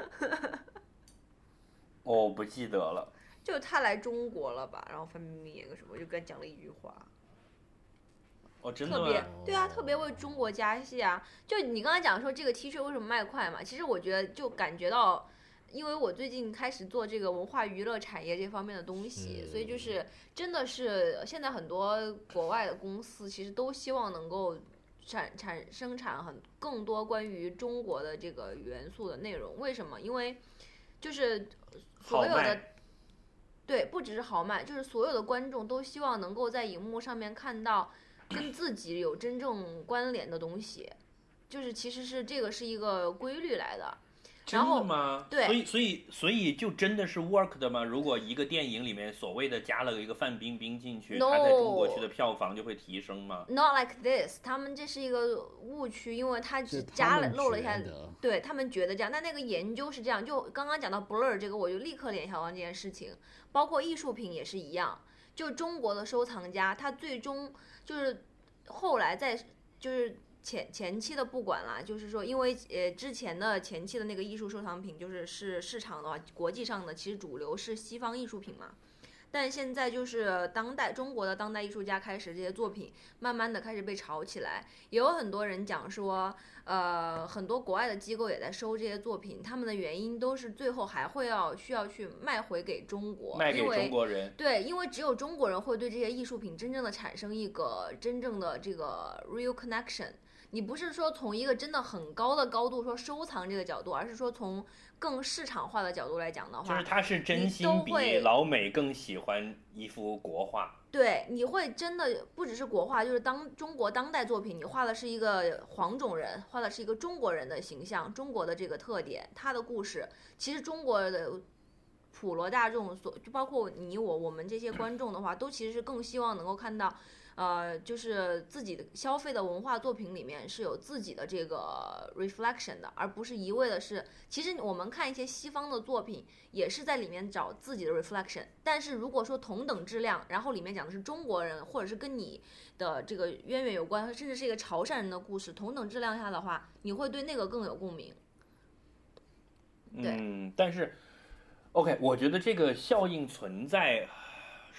哦，不记得了。 就他来中国了吧，然后范冰冰演个什么，就跟他讲了一句话。 哦，真的吗？ 特别对啊，特别为中国加戏啊！就你刚才讲说这个 T 恤为什么卖快嘛？其实我觉得就感觉到，因为我最近开始做这个文化娱乐产业这方面的东西，所以就是真的是现在很多国外的公司其实都希望能够产产生产很更多关于中国的这个元素的内容。为什么？因为就是所有的对，不只是豪迈，就是所有的观众都希望能够在荧幕上面看到跟自己有真正关联的东西，就是其实是这个是一个规律来的。 真的吗？ 对， 所以所以所以就真的是 work 的吗？如果一个电影里面所谓的加了一个范冰冰进去， no, 它在中国区的票房就会提升吗 ？Not like this， 他们这是一个误区，因为他只加了漏了一下，对他们觉得这样。但那个研究是这样，就刚刚讲到 Blur 这个，我就立刻联想到这件事情，包括艺术品也是一样。就中国的收藏家，他最终就是后来在就是前前期的不管啦，就是说，因为呃之前的前期的那个艺术收藏品，就是是市场的话，国际上的其实主流是西方艺术品嘛。但现在就是当代中国的当代艺术家开始这些作品慢慢的开始被炒起来，也有很多人讲说，呃，很多国外的机构也在收这些作品，他们的原因都是最后还会要需要去卖回给中国， 卖给中国人。 对，因为只有中国人会对这些艺术品真正的产生一个真正的这个 real connection。你不是说从一个真的很高的高度说收藏这个角度，而是说从更市场化的角度来讲的话， 就是他是真心比老美更喜欢一幅国画。 对，你会真的不只是国画，就是当中国当代作品，你画的是一个黄种人，画的是一个中国人的形象，中国的这个特点，他的故事，其实中国的普罗大众所就包括你我我们这些观众的话，都其实是更希望能够看到。呃，就是自己的消费的文化作品里面是有自己的这个 reflection 的，而不是一味的是，其实我们看一些西方的作品也是在里面找自己的 reflection， 但是如果说同等质量，然后里面讲的是中国人或者是跟你的这个渊源有关，甚至是一个潮汕人的故事，同等质量下的话，你会对那个更有共鸣。 嗯，但是 OK， 我觉得这个效应存在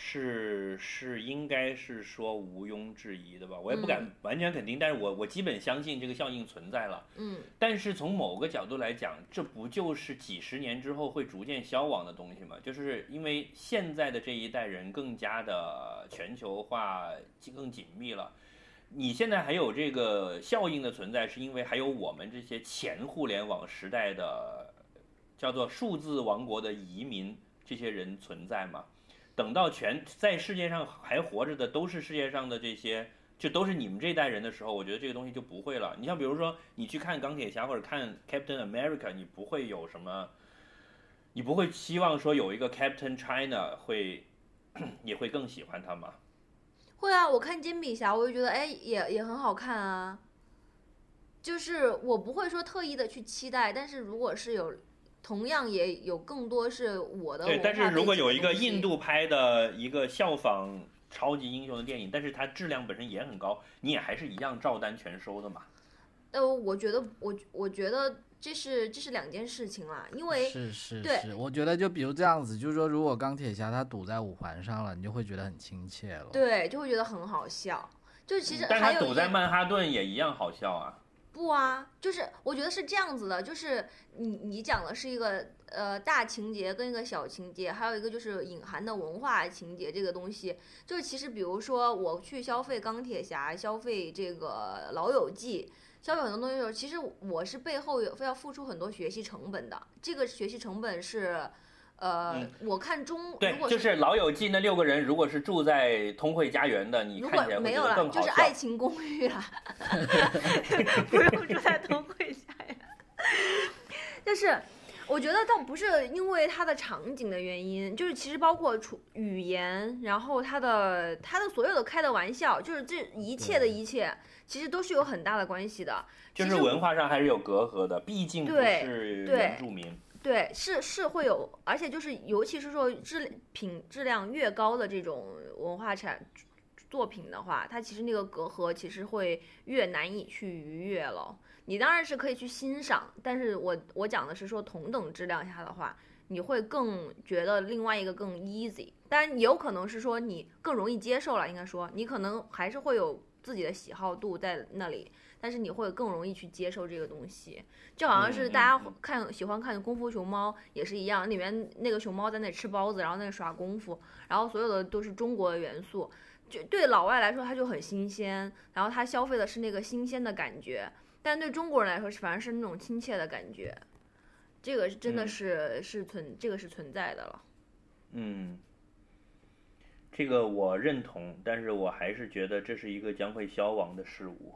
是是应该是说毋庸置疑的吧，我也不敢完全肯定，嗯、但是我我基本相信这个效应存在了。 嗯， 但是从某个角度来讲，这不就是几十年之后会逐渐消亡的东西吗？就是因为现在的这一代人更加的全球化更紧密了。你现在还有这个效应的存在，是因为还有我们这些前互联网时代的叫做数字王国的移民这些人存在吗？等到全在世界上还活着的都是世界上的这些，就都是你们这一代人的时候，我觉得这个东西就不会了。你像比如说，你去看钢铁侠或者看 Captain America， 你不会有什么，你不会希望说有一个 Captain China 会也会更喜欢他吗？ 会啊，我看煎饼侠，我就觉得哎，也也很好看啊。就是我不会说特意的去期待，但是如果是有。同样也有更多是我的文化背景的东西。对， 但是如果有一个印度拍的一个效仿超级英雄的电影，但是它质量本身也很高，你也还是一样照单全收的嘛。 呃，我觉得我我觉得这是这是两件事情啦，因为是是对是，我觉得就比如这样子，就是说如果钢铁侠他堵在五环上了，你就会觉得很亲切了。 对，就会觉得很好笑。就其实还有但他堵在曼哈顿也一样好笑啊。 不啊，就是我觉得是这样子的，就是你你讲的是一个呃大情节跟一个小情节，还有一个就是隐含的文化情节这个东西，就是其实比如说我去消费钢铁侠，消费这个老友记，消费很多东西的时候，其实我是背后有要付出很多学习成本的，这个学习成本是。呃、嗯，我看中对， 如果就是《老友记》那六个人，如果是住在通惠家园的，你看起来会觉得更好笑。 就是爱情公寓啦，不用住在通惠家园。但是我觉得倒不是因为它的场景的原因，就是其实包括语言，然后它的它的所有的开的玩笑，就是这一切的一切，其实都是有很大的关系的。 就是文化上还是有隔阂的，毕竟不是原住民。 对，是是会有，而且就是尤其是说质品质量越高的这种文化产作品的话，它其实那个隔阂其实会越难以去逾越了。你当然是可以去欣赏，但是我我讲的是说同等质量下的话，你会更觉得另外一个更 easy， 当然有可能是说你更容易接受了，应该说你可能还是会有自己的喜好度在那里。但是你会更容易去接受这个东西，就好像是大家看、嗯、喜欢看功夫熊猫也是一样，里面那个熊猫在那吃包子，然后在那耍功夫，然后所有的都是中国的元素，就对老外来说它就很新鲜，然后他消费的是那个新鲜的感觉，但对中国人来说反而是那种亲切的感觉，这个真的是、嗯、是存这个是存在的了。 嗯，这个我认同，但是我还是觉得这是一个将会消亡的事物。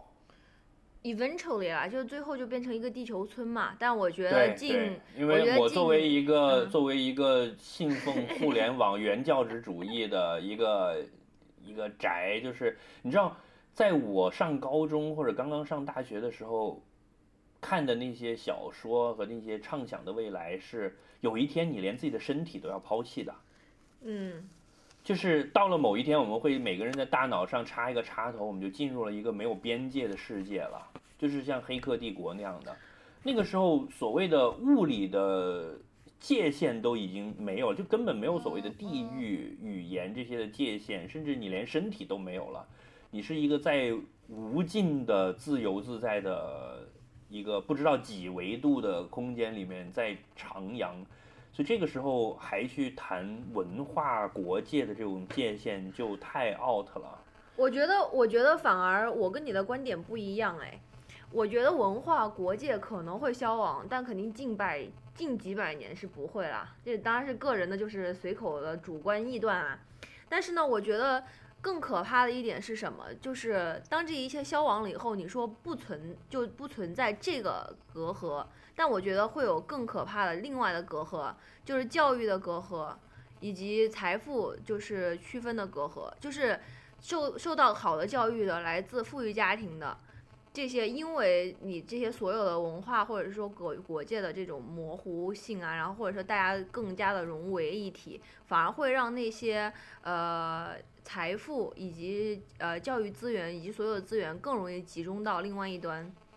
Eventually 啦，就最后就变成一个地球村嘛。但我觉得近， 因为我作为一个、嗯、作为一个信奉互联网原教旨主义的一个一个宅，就是你知道，在我上高中或者刚刚上大学的时候看的那些小说和那些畅想的未来，是有一天你连自己的身体都要抛弃的。 嗯。 就是到了某一天，我们会每个人的大脑上插一个插头，我们就进入了一个没有边界的世界了，就是像《黑客帝国》那样的。那个时候，所谓的物理的界限都已经没有了，就根本没有所谓的地域、语言这些的界限，甚至你连身体都没有了。你是一个在无尽的自由自在的一个不知道几维度的空间里面在徜徉。所以这个时候还去谈文化国界的这种界限就太 out 了。 我觉得，我觉得反而我跟你的观点不一样哎。我觉得文化国界可能会消亡，但肯定近百近几百年是不会啦。这当然是个人的，就是随口的主观臆断啊。但是呢，我觉得更可怕的一点是什么？就是当这一切消亡了以后，你说不存就不存在这个隔阂。但我觉得会有更可怕的另外的隔阂，就是教育的隔阂，以及财富就是区分的隔阂，就是受受到好的教育的来自富裕家庭的这些，因为你这些所有的文化或者是说国国界的这种模糊性啊，然后或者说大家更加的融为一体，反而会让那些呃财富以及呃教育资源以及所有的资源更容易集中到另外一端。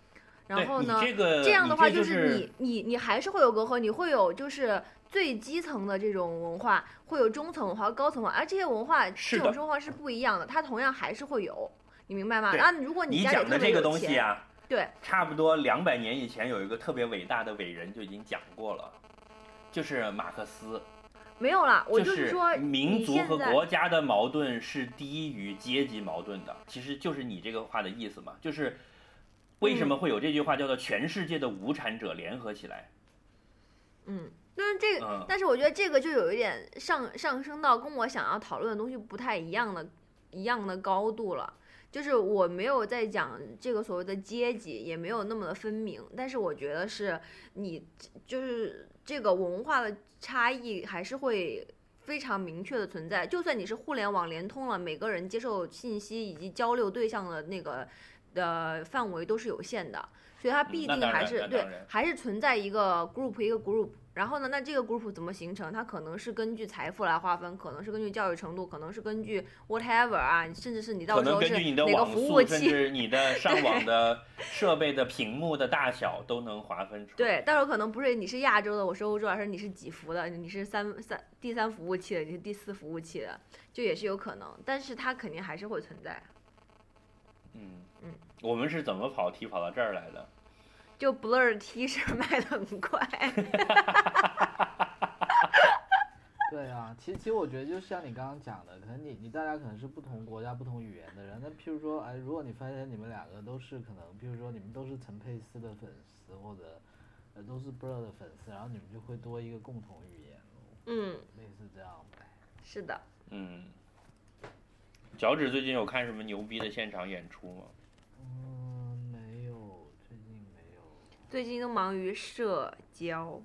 然后呢， 这个这样的话就是你你你还是会有隔阂，你会有就是最基层的这种文化，会有中层文化、高层文化，而这些文化这种文化是不一样的，它同样还是会有，你明白吗？然后如果你家里讲的这个东西啊， 对， 差不多两百年以前有一个特别伟大的伟人就已经讲过了，就是马克思。 没有啦，我就是说民族和国家的矛盾是低于阶级矛盾的，其实就是你这个话的意思嘛，就是为什么会有这句话叫做全世界的无产者联合起来？ 嗯，但是这个， 嗯、 但是我觉得这个就有一点上上升到跟我想要讨论的东西不太一样的一样的高度了。就是我没有在讲这个所谓的阶级，也没有那么的分明，但是我觉得是你就是这个文化的差异还是会非常明确的存在。就算你是互联网连通了，每个人接受信息以及交流对象的那个的范围都是有限的，所以它必定还是、 嗯、 对，还是存在一个 group 一个 group。然后呢，那这个 group 怎么形成？它可能是根据财富来划分，可能是根据教育程度，可能是根据 whatever 啊，甚至是你到时候是哪个服务器， 甚至你的上网的设备的屏幕的大小都能划分出来。 对，到时候可能不是你是亚洲的，我是欧洲，而是你是几服的，你是三三第三服务器的，你是第四服务器的，就也是有可能，但是它肯定还是会存在。 嗯嗯， 我们是怎么跑题跑到这儿来的？ 就 Blur T 恤卖的很快。 对啊，其实其实我觉得就像你刚刚讲的，可能你你大家可能是不同国家、不同语言的人，那譬如说，哎，如果你发现你们两个都是可能，譬如说你们都是陈佩斯的粉丝，或者呃都是 Blur 的粉丝，然后你们就会多一个共同语言咯。 嗯， 类似这样呗。 是的。 嗯。脚趾最近有看什么牛逼的现场演出吗？ 嗯，没有，最近没有。 最近都忙于社交。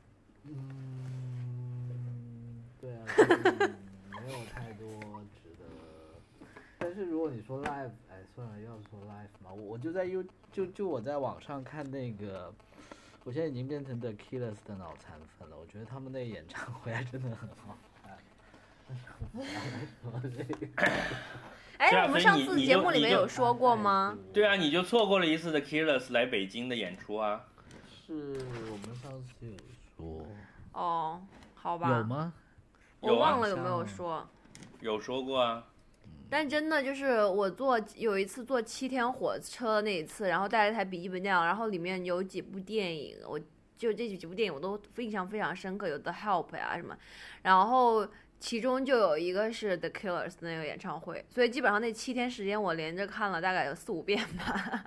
嗯，对啊，最近没有太多值得。但是如果你说 live， 哎，算了，要说 live 嘛，我就在 U 就就我在网上看那个，我现在已经变成 The Killers 的脑残粉了。我觉得他们那演唱会还真的很好看。 哎，我们上次节目里面有说过吗？ 对啊，你就错过了一次的 Killers 来北京的演出啊。 是我们上次有说。 哦，好吧。 有吗？ 我忘了有没有说。 有说过啊。 但真的就是我坐有一次坐七天火车的那一次，然后带了一台笔记本电脑，然后里面有几部电影，我就这几部电影我都印象非常深刻，有 The Help 呀什么，然后其中就有一个是 The Killers 那个演唱会，所以基本上那七天时间我连着看了大概有四五遍吧。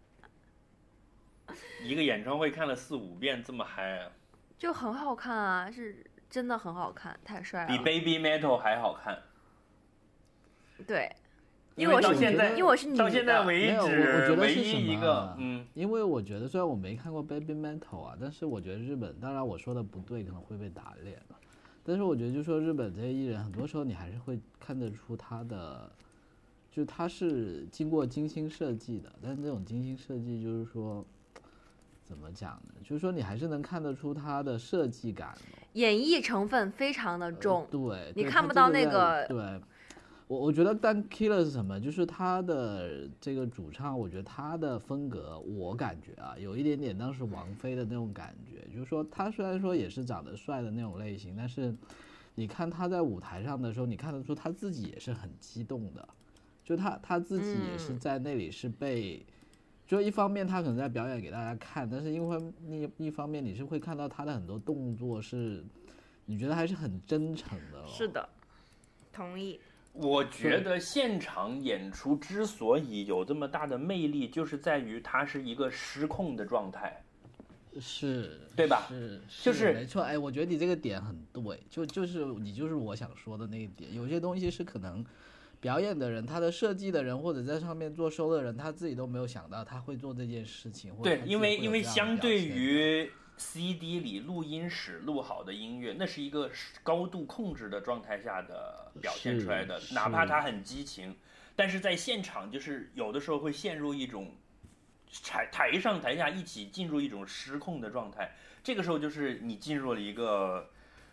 一个演唱会看了四五遍，这么嗨啊！ 就很好看啊，是真的很好看，太帅了。 比 Baby Metal 还好看。 对， 因为到现在， 因为我是女的， 到现在为止唯一一个， 嗯，因为我觉得虽然我没看过 Baby Metal 啊，但是我觉得日本，当然我说的不对，可能会被打脸了。但是我觉得，就说日本这些艺人，很多时候你还是会看得出他的，就他是经过精心设计的。但是这种精心设计，就是说，怎么讲呢？就是说你还是能看得出他的设计感哦， 演绎成分非常的重。 呃、对， 你看不到那个。 对，我我觉得但 Killer 是什么？就是他的这个主唱，我觉得他的风格，我感觉啊，有一点点当时王菲的那种感觉。就是说，他虽然说也是长得帅的那种类型，但是你看他在舞台上的时候，你看得出他自己也是很激动的。就他他自己也是在那里是被，嗯、就一方面他可能在表演给大家看，但是因为一一方面你是会看到他的很多动作是，你觉得还是很真诚的哦。 是的，同意。 我觉得现场演出之所以有这么大的魅力，就是在于它是一个失控的状态， 是， 对吧？ 是， 就是没错。哎，我觉得你这个点很对，就就是你就是我想说的那一点。有些东西是可能表演的人、他的设计的人，或者在上面做收的人，他自己都没有想到他会做这件事情。 对，因为因为相对于C D 里录音室录好的音乐，那是一个高度控制的状态下的表现出来的，哪怕它很激情，但是在现场就是有的时候会陷入一种台台上台下一起进入一种失控的状态，这个时候就是你进入了一个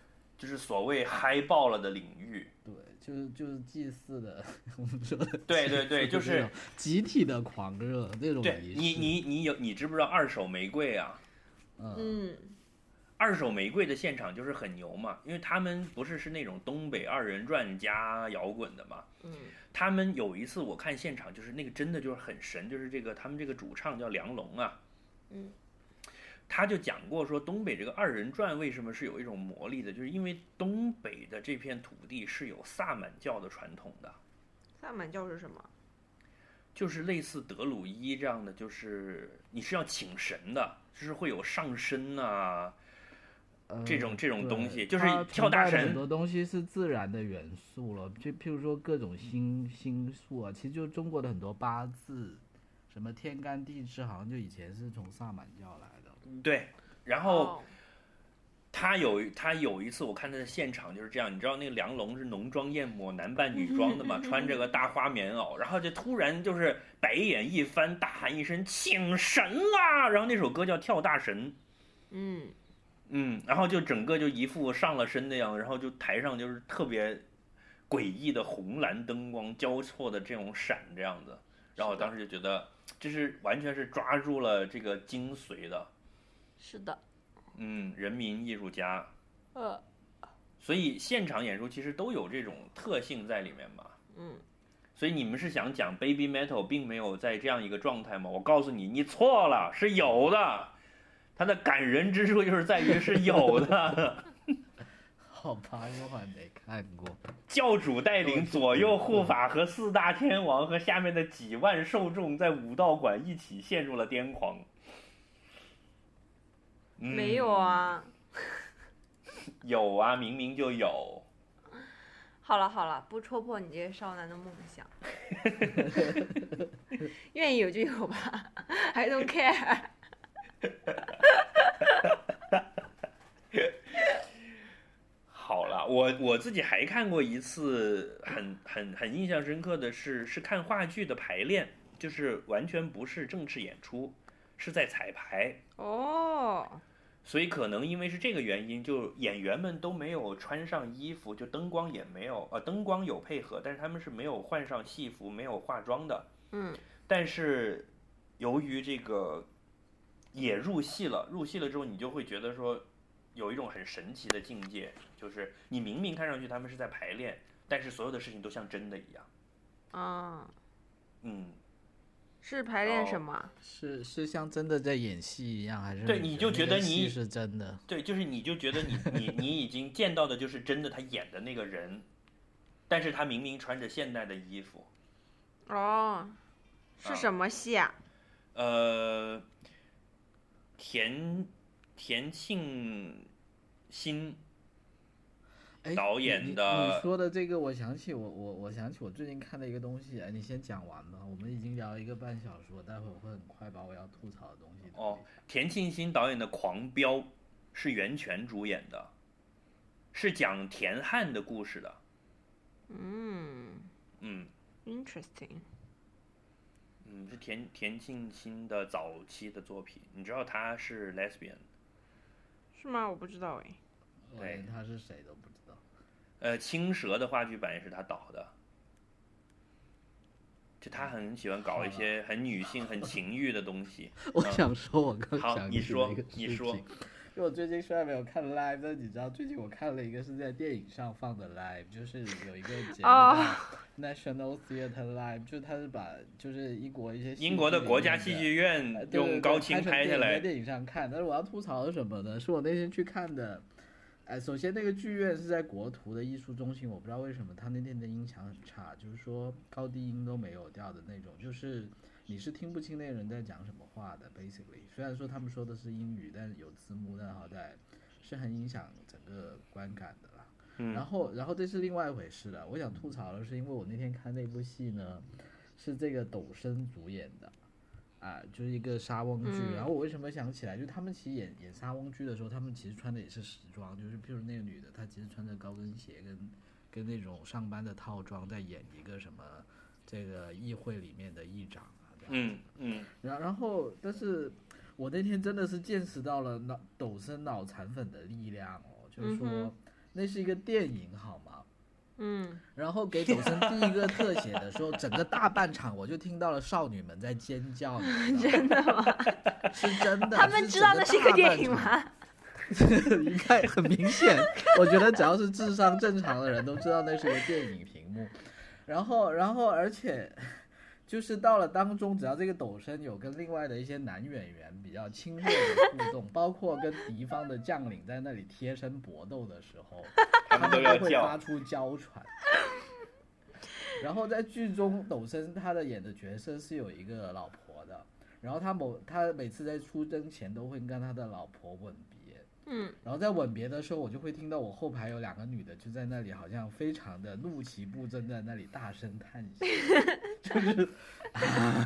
就是所谓嗨爆了的领域。 对，就是就是祭祀的，我们说的对对对，就是集体的狂热那种对仪式。 你你你有你知不知道二手玫瑰啊？ 嗯， 嗯二手玫瑰的现场就是很牛嘛，因为他们不是是那种东北二人转加摇滚的嘛。 嗯他们有一次我看现场，就是那个真的就是很神，就是这个他们这个主唱叫梁龙啊， 嗯， 他就讲过说东北这个二人转为什么是有一种魔力的，就是因为东北的这片土地是有萨满教的传统的。 萨满教是什么？ 就是类似德鲁伊这样的，就是你是要请神的，就是会有上身啊。 呃这种这种东西对就是它跳大神崇拜的很多东西是自然的元素了，就譬如说各种星星宿啊，其实就中国的很多八字，什么天干地支，好像就以前是从萨满教来的。 对，然后哦他有他有一次我看他的现场就是这样，你知道那个梁龙是浓妆艳抹男扮女装的嘛，穿着个大花棉袄，然后就突然就是白眼一翻，大喊一声请神啦，然后那首歌叫跳大神。 嗯嗯，然后就整个就一副上了身那样，然后就台上就是特别诡异的红蓝灯光交错的这种闪这样子，然后我当时就觉得这是完全是抓住了这个精髓的， 是的， 嗯，人民艺术家， 呃所以现场演出其实都有这种特性在里面吧。 嗯所以你们是想讲 Baby Metal 并没有在这样一个状态吗？我告诉你，你错了，是有的。它的感人之处就是在于是有的。 好吧，因为我还没看过。 教主带领左右护法和四大天王和下面的几万受众在武道馆一起陷入了癫狂。嗯、 没有啊。 有啊，明明就有。 好了好了，不戳破你这个少男的梦想。愿意有就有吧，I don't care。 好了，我我自己还看过一次很很很印象深刻的是是看话剧的排练，就是完全不是正式演出，是在彩排。 哦， 所以可能因为是这个原因，就演员们都没有穿上衣服，就灯光也没有，呃，灯光有配合，但是他们是没有换上戏服，没有化妆的。 嗯但是由于这个也入戏了，入戏了之后，你就会觉得说有一种很神奇的境界，就是你明明看上去他们是在排练，但是所有的事情都像真的一样。 啊， 嗯， 是排练什么？ 是是像真的在演戏一样，还是对你就觉得你那个戏是真的？ 对，就是你就觉得你你你已经见到的就是真的他演的那个人，但是他明明穿着现代的衣服。 哦，是什么戏啊？ 呃，田田庆新哎导演你的你。你说的这个，我想起我我我想起我最近看的一个东西。哎，你先讲完吧，我们已经聊一个半小时，我待会儿会很快把我要吐槽的东西。 哦，田庆新导演的《狂飙》是袁泉主演的，是讲田汉的故事的。 嗯嗯 ，interesting。 嗯，是田田庆新的早期的作品。你知道他是 lesbian， 是吗？我不知道哎。 我连他是谁都不知道。 呃，青蛇的话剧版也是他导的。就他很喜欢搞一些很女性、很情欲的东西。 我想说，我刚好想你说起了一个你说事情，因为我最近虽然没有看 live，但你知道，最近我看了一个是在电影上放的 live，就是有一个节目叫哦 National Theatre Live，就是他是把就是英国一些戏英国的剧里国家面的戏剧院呃对对对用高清成拍下来。 电影在电影上看。但是我要吐槽的是什么呢？是我那天去看的。哎，首先那个剧院是在国图的艺术中心，我不知道为什么他那天的音响很差，就是说高低音都没有调的那种，就是你是听不清那个人在讲什么话的。Basically， 虽然说他们说的是英语，但是有字幕，但好歹是很影响整个观感的啦。 嗯、 然后，然后这是另外一回事了。我想吐槽的是，因为我那天看那部戏呢，是这个斗升主演的。啊，就是一个莎翁剧、 嗯， 然后我为什么想起来，就他们其实演演莎翁剧的时候，他们其实穿的也是时装，就是譬如那个女的，她其实穿着高跟鞋跟跟那种上班的套装，在演一个什么这个议会里面的议长啊，这样嗯嗯， 然然后，但是我那天真的是见识到了脑抖森脑残粉的力量哦，就是说。 嗯那是一个电影好吗？ 嗯， 然后给抖森第一个特写的时候，整个大半场我就听到了少女们在尖叫， 真的吗？ 是真的。 他们知道那是一个电影吗？ 应该很明显，我觉得只要是智商正常的人都知道那是个电影屏幕。然后，然后，而且就是到了当中，只要这个抖森有跟另外的一些男演员比较亲热的互动，包括跟敌方的将领在那里贴身搏斗的时候， 他们都要会叫发出娇喘。然后在剧中，抖森他的演的角色是有一个老婆的，然后他某他每次在出征前都会跟他的老婆吻别。 嗯， 然后在吻别的时候，我就会听到我后排有两个女的就在那里，好像非常的怒其不争，在那里大声叹息，就是，啊、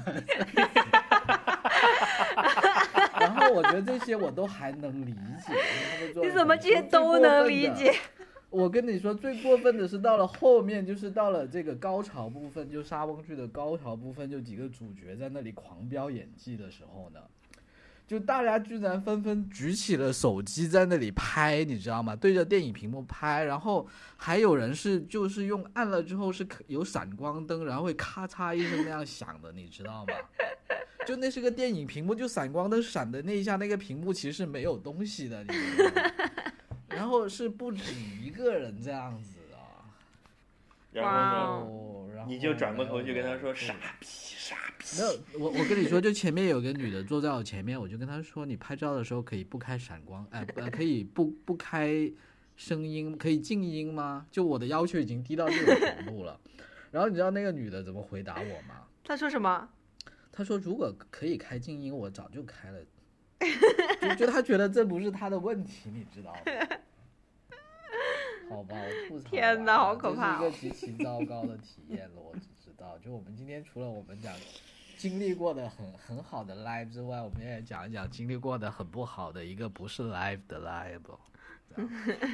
然后我觉得这些我都还能理解。 你怎么这些都能理解？ 我跟你说，最过分的是到了后面，就是到了这个高潮部分，就莎翁剧的高潮部分，就几个主角在那里狂飙演技的时候呢。就大家居然纷纷举起了手机在那里拍，你知道吗？对着电影屏幕拍，然后还有人是就是用按了之后是有闪光灯，然后会咔嚓一声那样响的，你知道吗？就那是个电影屏幕，就闪光灯闪的那一下，那个屏幕其实是没有东西的，你知道吗？然后是不止一个人这样子啊。 然后呢，然后你就转过头去跟他说傻逼傻逼。 没有，我我跟你说，就前面有个女的坐在我前面，我就跟她说，你拍照的时候可以不开闪光，哎、呃，可以不不开声音，可以静音吗？就我的要求已经低到这种程度了。然后你知道那个女的怎么回答我吗？ 她说什么？ 她说如果可以开静音，我早就开了。就就她觉得这不是她的问题，你知道吗？好吧，我吐槽。 天哪，好可怕、 哦！这是一个极其糟糕的体验了，我只知道。就我们今天除了我们讲经历过的很很好的 live 之外，我们也讲一讲经历过的很不好的一个不是 live 的 live。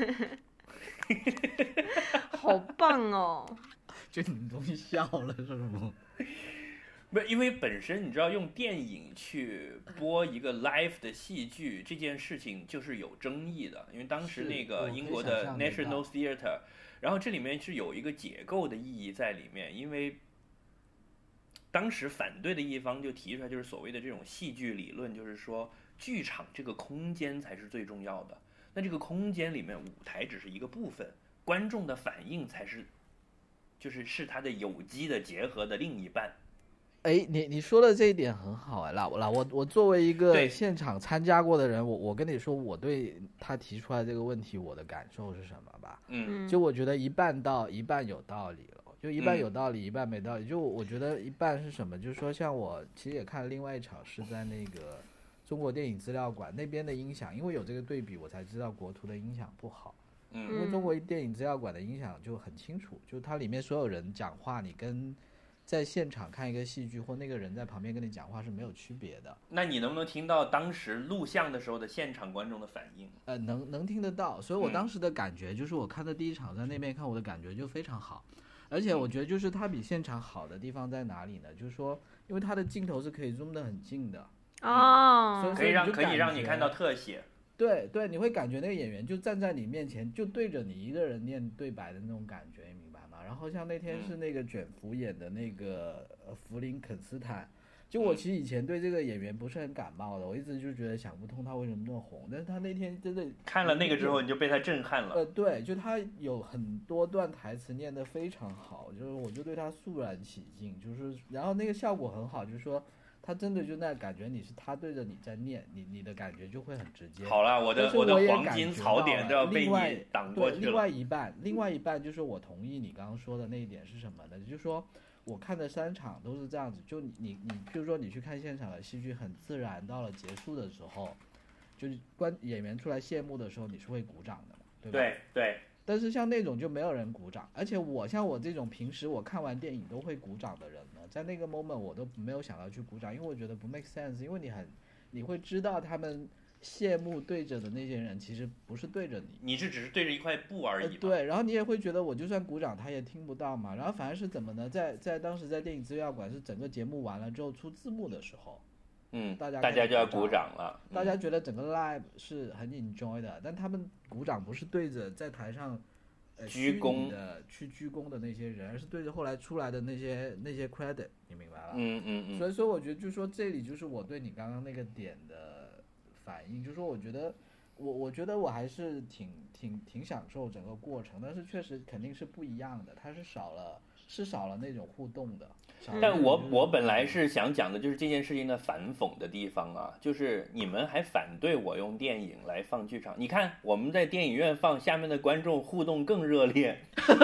好棒哦！ 就你们终于笑了是吗？ 不是，因为本身你知道用电影去播一个 live 的戏剧这件事情就是有争议的，因为当时那个英国的 National Theatre， 然后这里面是有一个解构的意义在里面，因为当时反对的一方就提出来，就是所谓的这种戏剧理论，就是说剧场这个空间才是最重要的，那这个空间里面舞台只是一个部分，观众的反应才是，就是是它的有机的结合的另一半。 哎，你你说的这一点很好哎，那我我我作为一个现场参加过的人，我我跟你说，我对他提出来这个问题，我的感受是什么吧？ 嗯， 就我觉得一半到一半有道理了，就一半有道理，嗯、一半没道理。就我觉得一半是什么？就是说，像我其实也看了另外一场，是在那个中国电影资料馆那边的音响，因为有这个对比，我才知道国图的音响不好。 嗯， 因为中国电影资料馆的音响就很清楚，就它里面所有人讲话，你跟在现场看一个戏剧或那个人在旁边跟你讲话是没有区别的。 那你能不能听到当时录像的时候的现场观众的反应？ 呃，能能听得到。所以我当时的感觉就是，我看的第一场在那边看，我的感觉就非常好。而且我觉得就是它比现场好的地方在哪里呢？就是说，因为它的镜头是可以 zoom 得很近的哦， 所以可以让可以让你看到特写。 对对，你会感觉那个演员就站在你面前，就对着你一个人念对白的那种感觉，你明白吗？然后像那天是那个卷福演的那个弗林肯斯坦，就我其实以前对这个演员不是很感冒的，我一直就觉得想不通他为什么那么红，但是他那天真的看了那个之后你就被他震撼了。 呃，对，就他有很多段台词念得非常好，就是我就对他肃然起敬，就是然后那个效果很好，就是说他真的就那感觉你是他对着你在念，你你的感觉就会很直接。 好了，我的我的黄金槽点都要被你挡过去了。 另外一半，另外一半就是我同意你刚刚说的那一点是什么呢？就是说我看的三场都是这样子，就你你你，比如说你去看现场的戏剧，很自然，到了结束的时候，就是观演员出来谢幕的时候，你是会鼓掌的嘛，对吧？ 对对。 但是像那种就没有人鼓掌，而且我像我这种平时我看完电影都会鼓掌的人呢，在那个 moment 我都没有想到去鼓掌，因为我觉得不 make sense， 因为你很你会知道他们谢幕对着的那些人其实不是对着你， 你是只是对着一块布而已、呃。 对，然后你也会觉得我就算鼓掌他也听不到嘛，然后反而是怎么呢？在在当时在电影资料馆是整个节目完了之后出字幕的时候， 嗯， 大家大家就要鼓鼓掌了。嗯大家觉得整个 live 是很 enjoy 的，但他们鼓掌不是对着在台上呃鞠躬虚拟的去鞠躬的那些人，而是对着后来出来的那些那些 credit， 你明白吧？ 嗯嗯嗯， 所以说我觉得就是说这里就是我对你刚刚那个点的反应，就是说我觉得我我觉得我还是挺挺挺享受整个过程，但是确实肯定是不一样的，它是少了是少了那种互动的。 但我我本来是想讲的就是这件事情的反讽的地方啊，就是你们还反对我用电影来放剧场，你看我们在电影院放，下面的观众互动更热烈，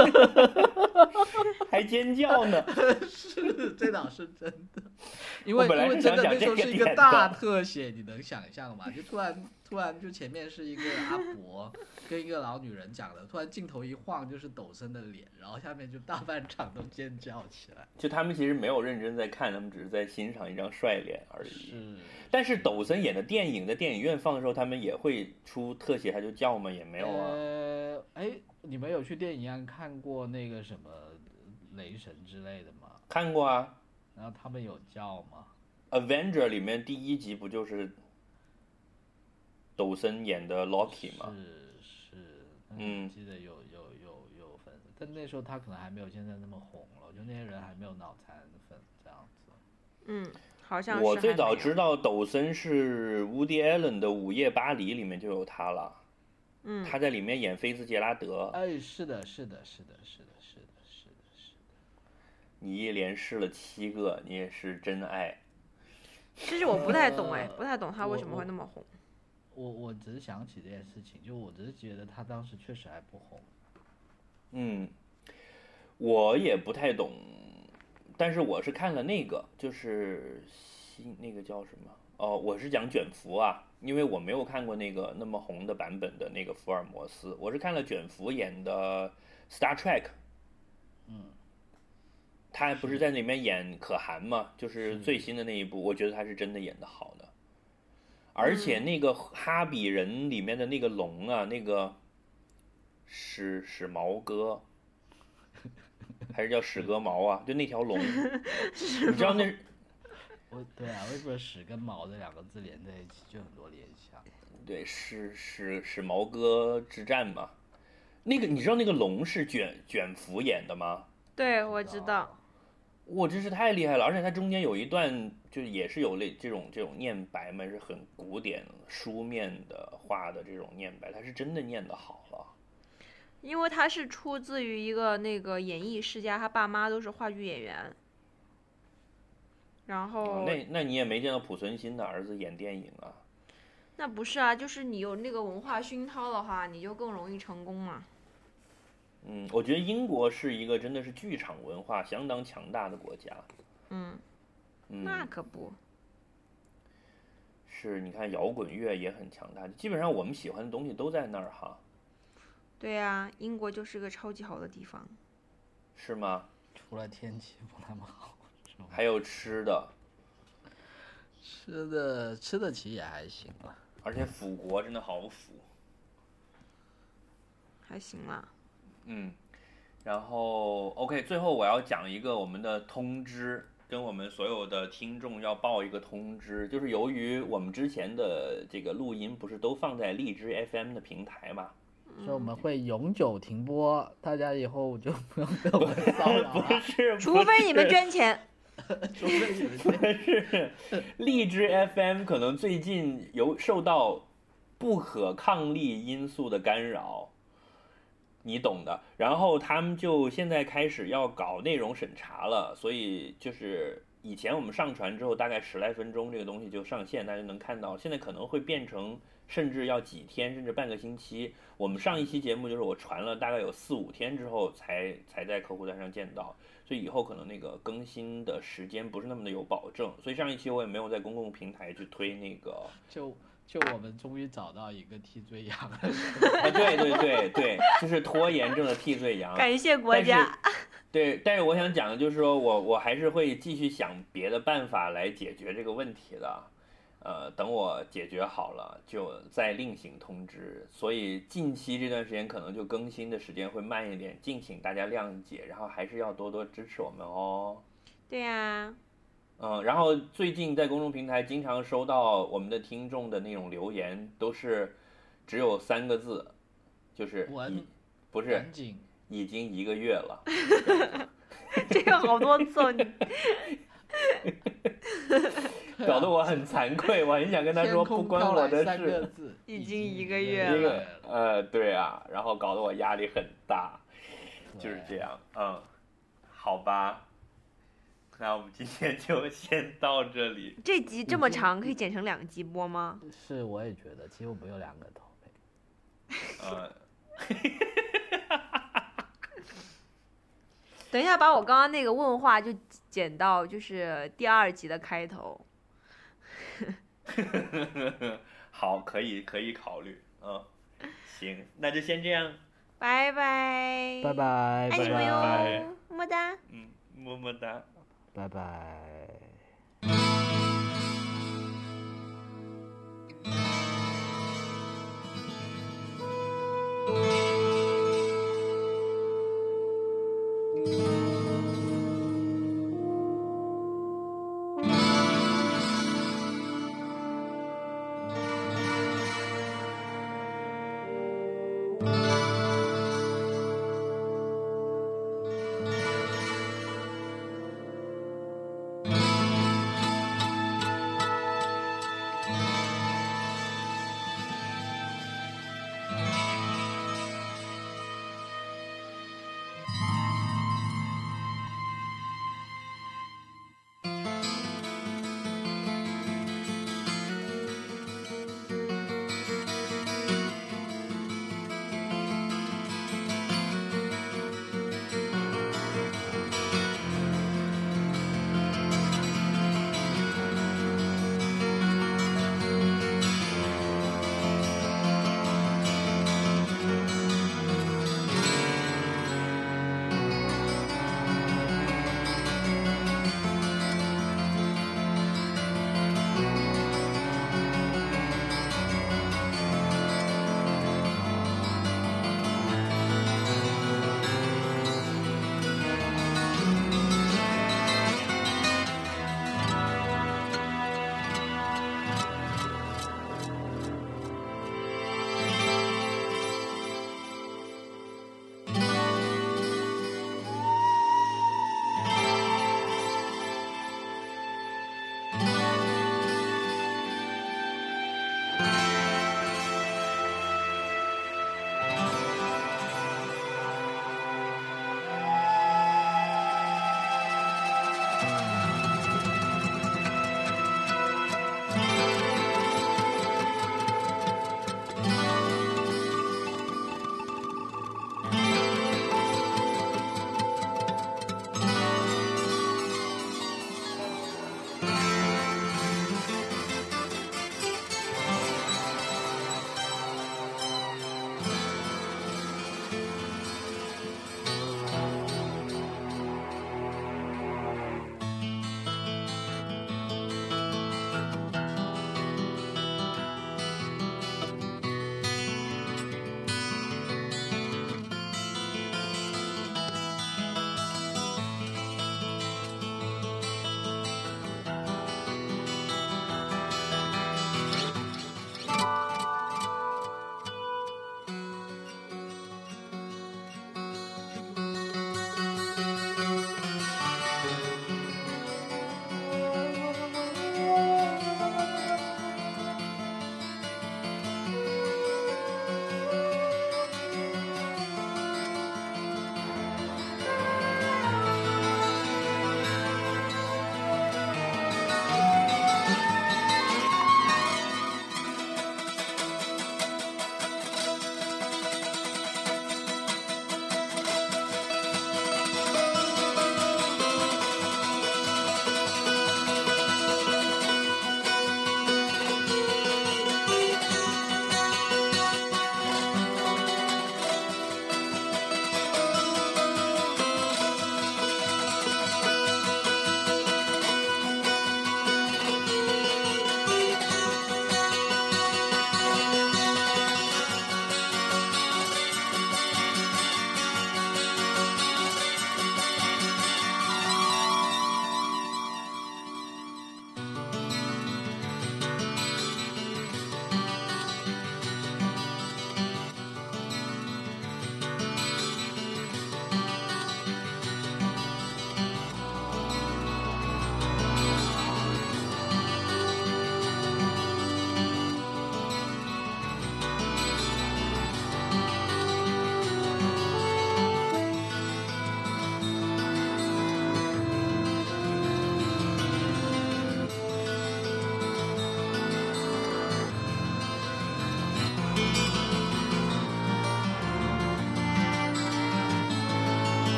还尖叫呢。 是，这倒是真的，因为我本来因为真的是想讲那时候是一这个点的个大特写，你能想象吗？就突然突然就前面是一个阿伯跟一个老女人讲的，突然镜头一晃就是抖森的脸，然后下面就大半场都尖叫起来。 就他们其实没有认真在看，他们只是在欣赏一张帅脸而已。 是， 但是抖森演的电影在电影院放的时候，他们也会出特写，他就叫吗？也没有啊。 呃，哎，你们有去电影院看过那个什么雷神之类的吗？ 看过啊。 然后他们有叫吗？ Avenger 里面第一集不就是抖森演的 Loki 吗？ 是是， 嗯记得有有有有粉丝，但那时候他可能还没有现在那么红了，就那些人还没有脑残粉这样子。 嗯，好像是我最早还没有知道抖森是 Woody Allen 的《午夜巴黎》里面就有他了， 嗯， 他在里面演菲兹杰拉德。 哎，是的，是的，是的，是的，是的，是的，是的。 你一连试了七个，你也是真爱。 其实我不太懂哎， 呃不太懂他为什么我会那么红。 我我只是想起这件事情，就我只是觉得他当时确实还不红。 嗯，我也不太懂，但是我是看了那个，就是新那个叫什么？哦，我是讲卷福啊，因为我没有看过那个那么红的版本的那个福尔摩斯，我是看了卷福演的 Star Trek。 嗯， 他不是在里面演可汗嘛，就是最新的那一部，我觉得他是真的演得好的。而且那个哈比人里面的那个龙啊，那个史史毛哥，还是叫史哥毛啊？就那条龙，你知道那我对啊，为什么史跟毛这两个字连在一起就很多联想？ 对史史史毛哥之战嘛？那个你知道那个龙是卷卷福演的吗？ 对，我知道。 哇，真是太厉害了！而且它中间有一段，就是也是有类这种这种念白嘛，是很古典书面的画的这种念白，他是真的念得好了。 因为他是出自于一个那个演艺世家，他爸妈都是话剧演员。然后、 哦、那那你也没见到濮存昕的儿子演电影啊？ 那不是啊，就是你有那个文化熏陶的话，你就更容易成功嘛。 嗯，我觉得英国是一个真的是剧场文化相当强大的国家。 嗯， 嗯那可不是，你看摇滚乐也很强大，基本上我们喜欢的东西都在那儿哈。 对呀、啊，英国就是个超级好的地方。 是吗？ 除了天气不那么好， 还有吃的， 吃的吃的其实也还行吧。 而且腐国真的好腐。 还行啦。 嗯，然后 OK， 最后我要讲一个我们的通知，跟我们所有的听众要报一个通知，就是由于我们之前的这个录音不是都放在荔枝 F M 的平台嘛， 所以我们会永久停播，大家以后就不用被我们骚扰不了。 是， 除非你们捐钱。 除非你们不是，荔枝 F M 可能最近有受到不可抗力因素的干扰。你懂的，然后他们就现在开始要搞内容审查了，所以就是以前我们上传之后大概十来分钟这个东西就上线，大家能看到，现在可能会变成甚至要几天甚至半个星期。我们上一期节目就是我传了大概有四五天之后才才在客户端上见到，所以以后可能那个更新的时间不是那么的有保证，所以上一期我也没有在公共平台去推那个。 就就我们终于找到一个替罪羊了。 啊，对对对对，就是拖延症的替罪羊。 感谢国家。 对，但是我想讲的就是说我我还是会继续想别的办法来解决这个问题的。呃，等我解决好了就再另行通知。所以近期这段时间可能就更新的时间会慢一点，敬请大家谅解，然后还是要多多支持我们哦。 对呀、啊。 嗯，然后最近在公众平台经常收到我们的听众的那种留言，都是只有三个字，就是文已不是赶紧已经一个月了。 这个好多次哦，你搞得我很惭愧，我很想跟他说不关我的三个事。 字， 已经一个月一了。 个呃，对啊，然后搞得我压力很大，就是这对样。嗯，好吧，那我们今天就先到这里。 这集这么长，可以剪成两集播吗？ 是，我也觉得，其实我们有两个头配。 呃， 等一下，把我刚刚那个问话就剪到就是第二集的开头。 好，可以可以考虑。嗯，行，那就先这样。 拜拜， 拜拜， 爱你们拜拜哟，么么哒。 嗯，么么哒。 拜拜。 Thank you.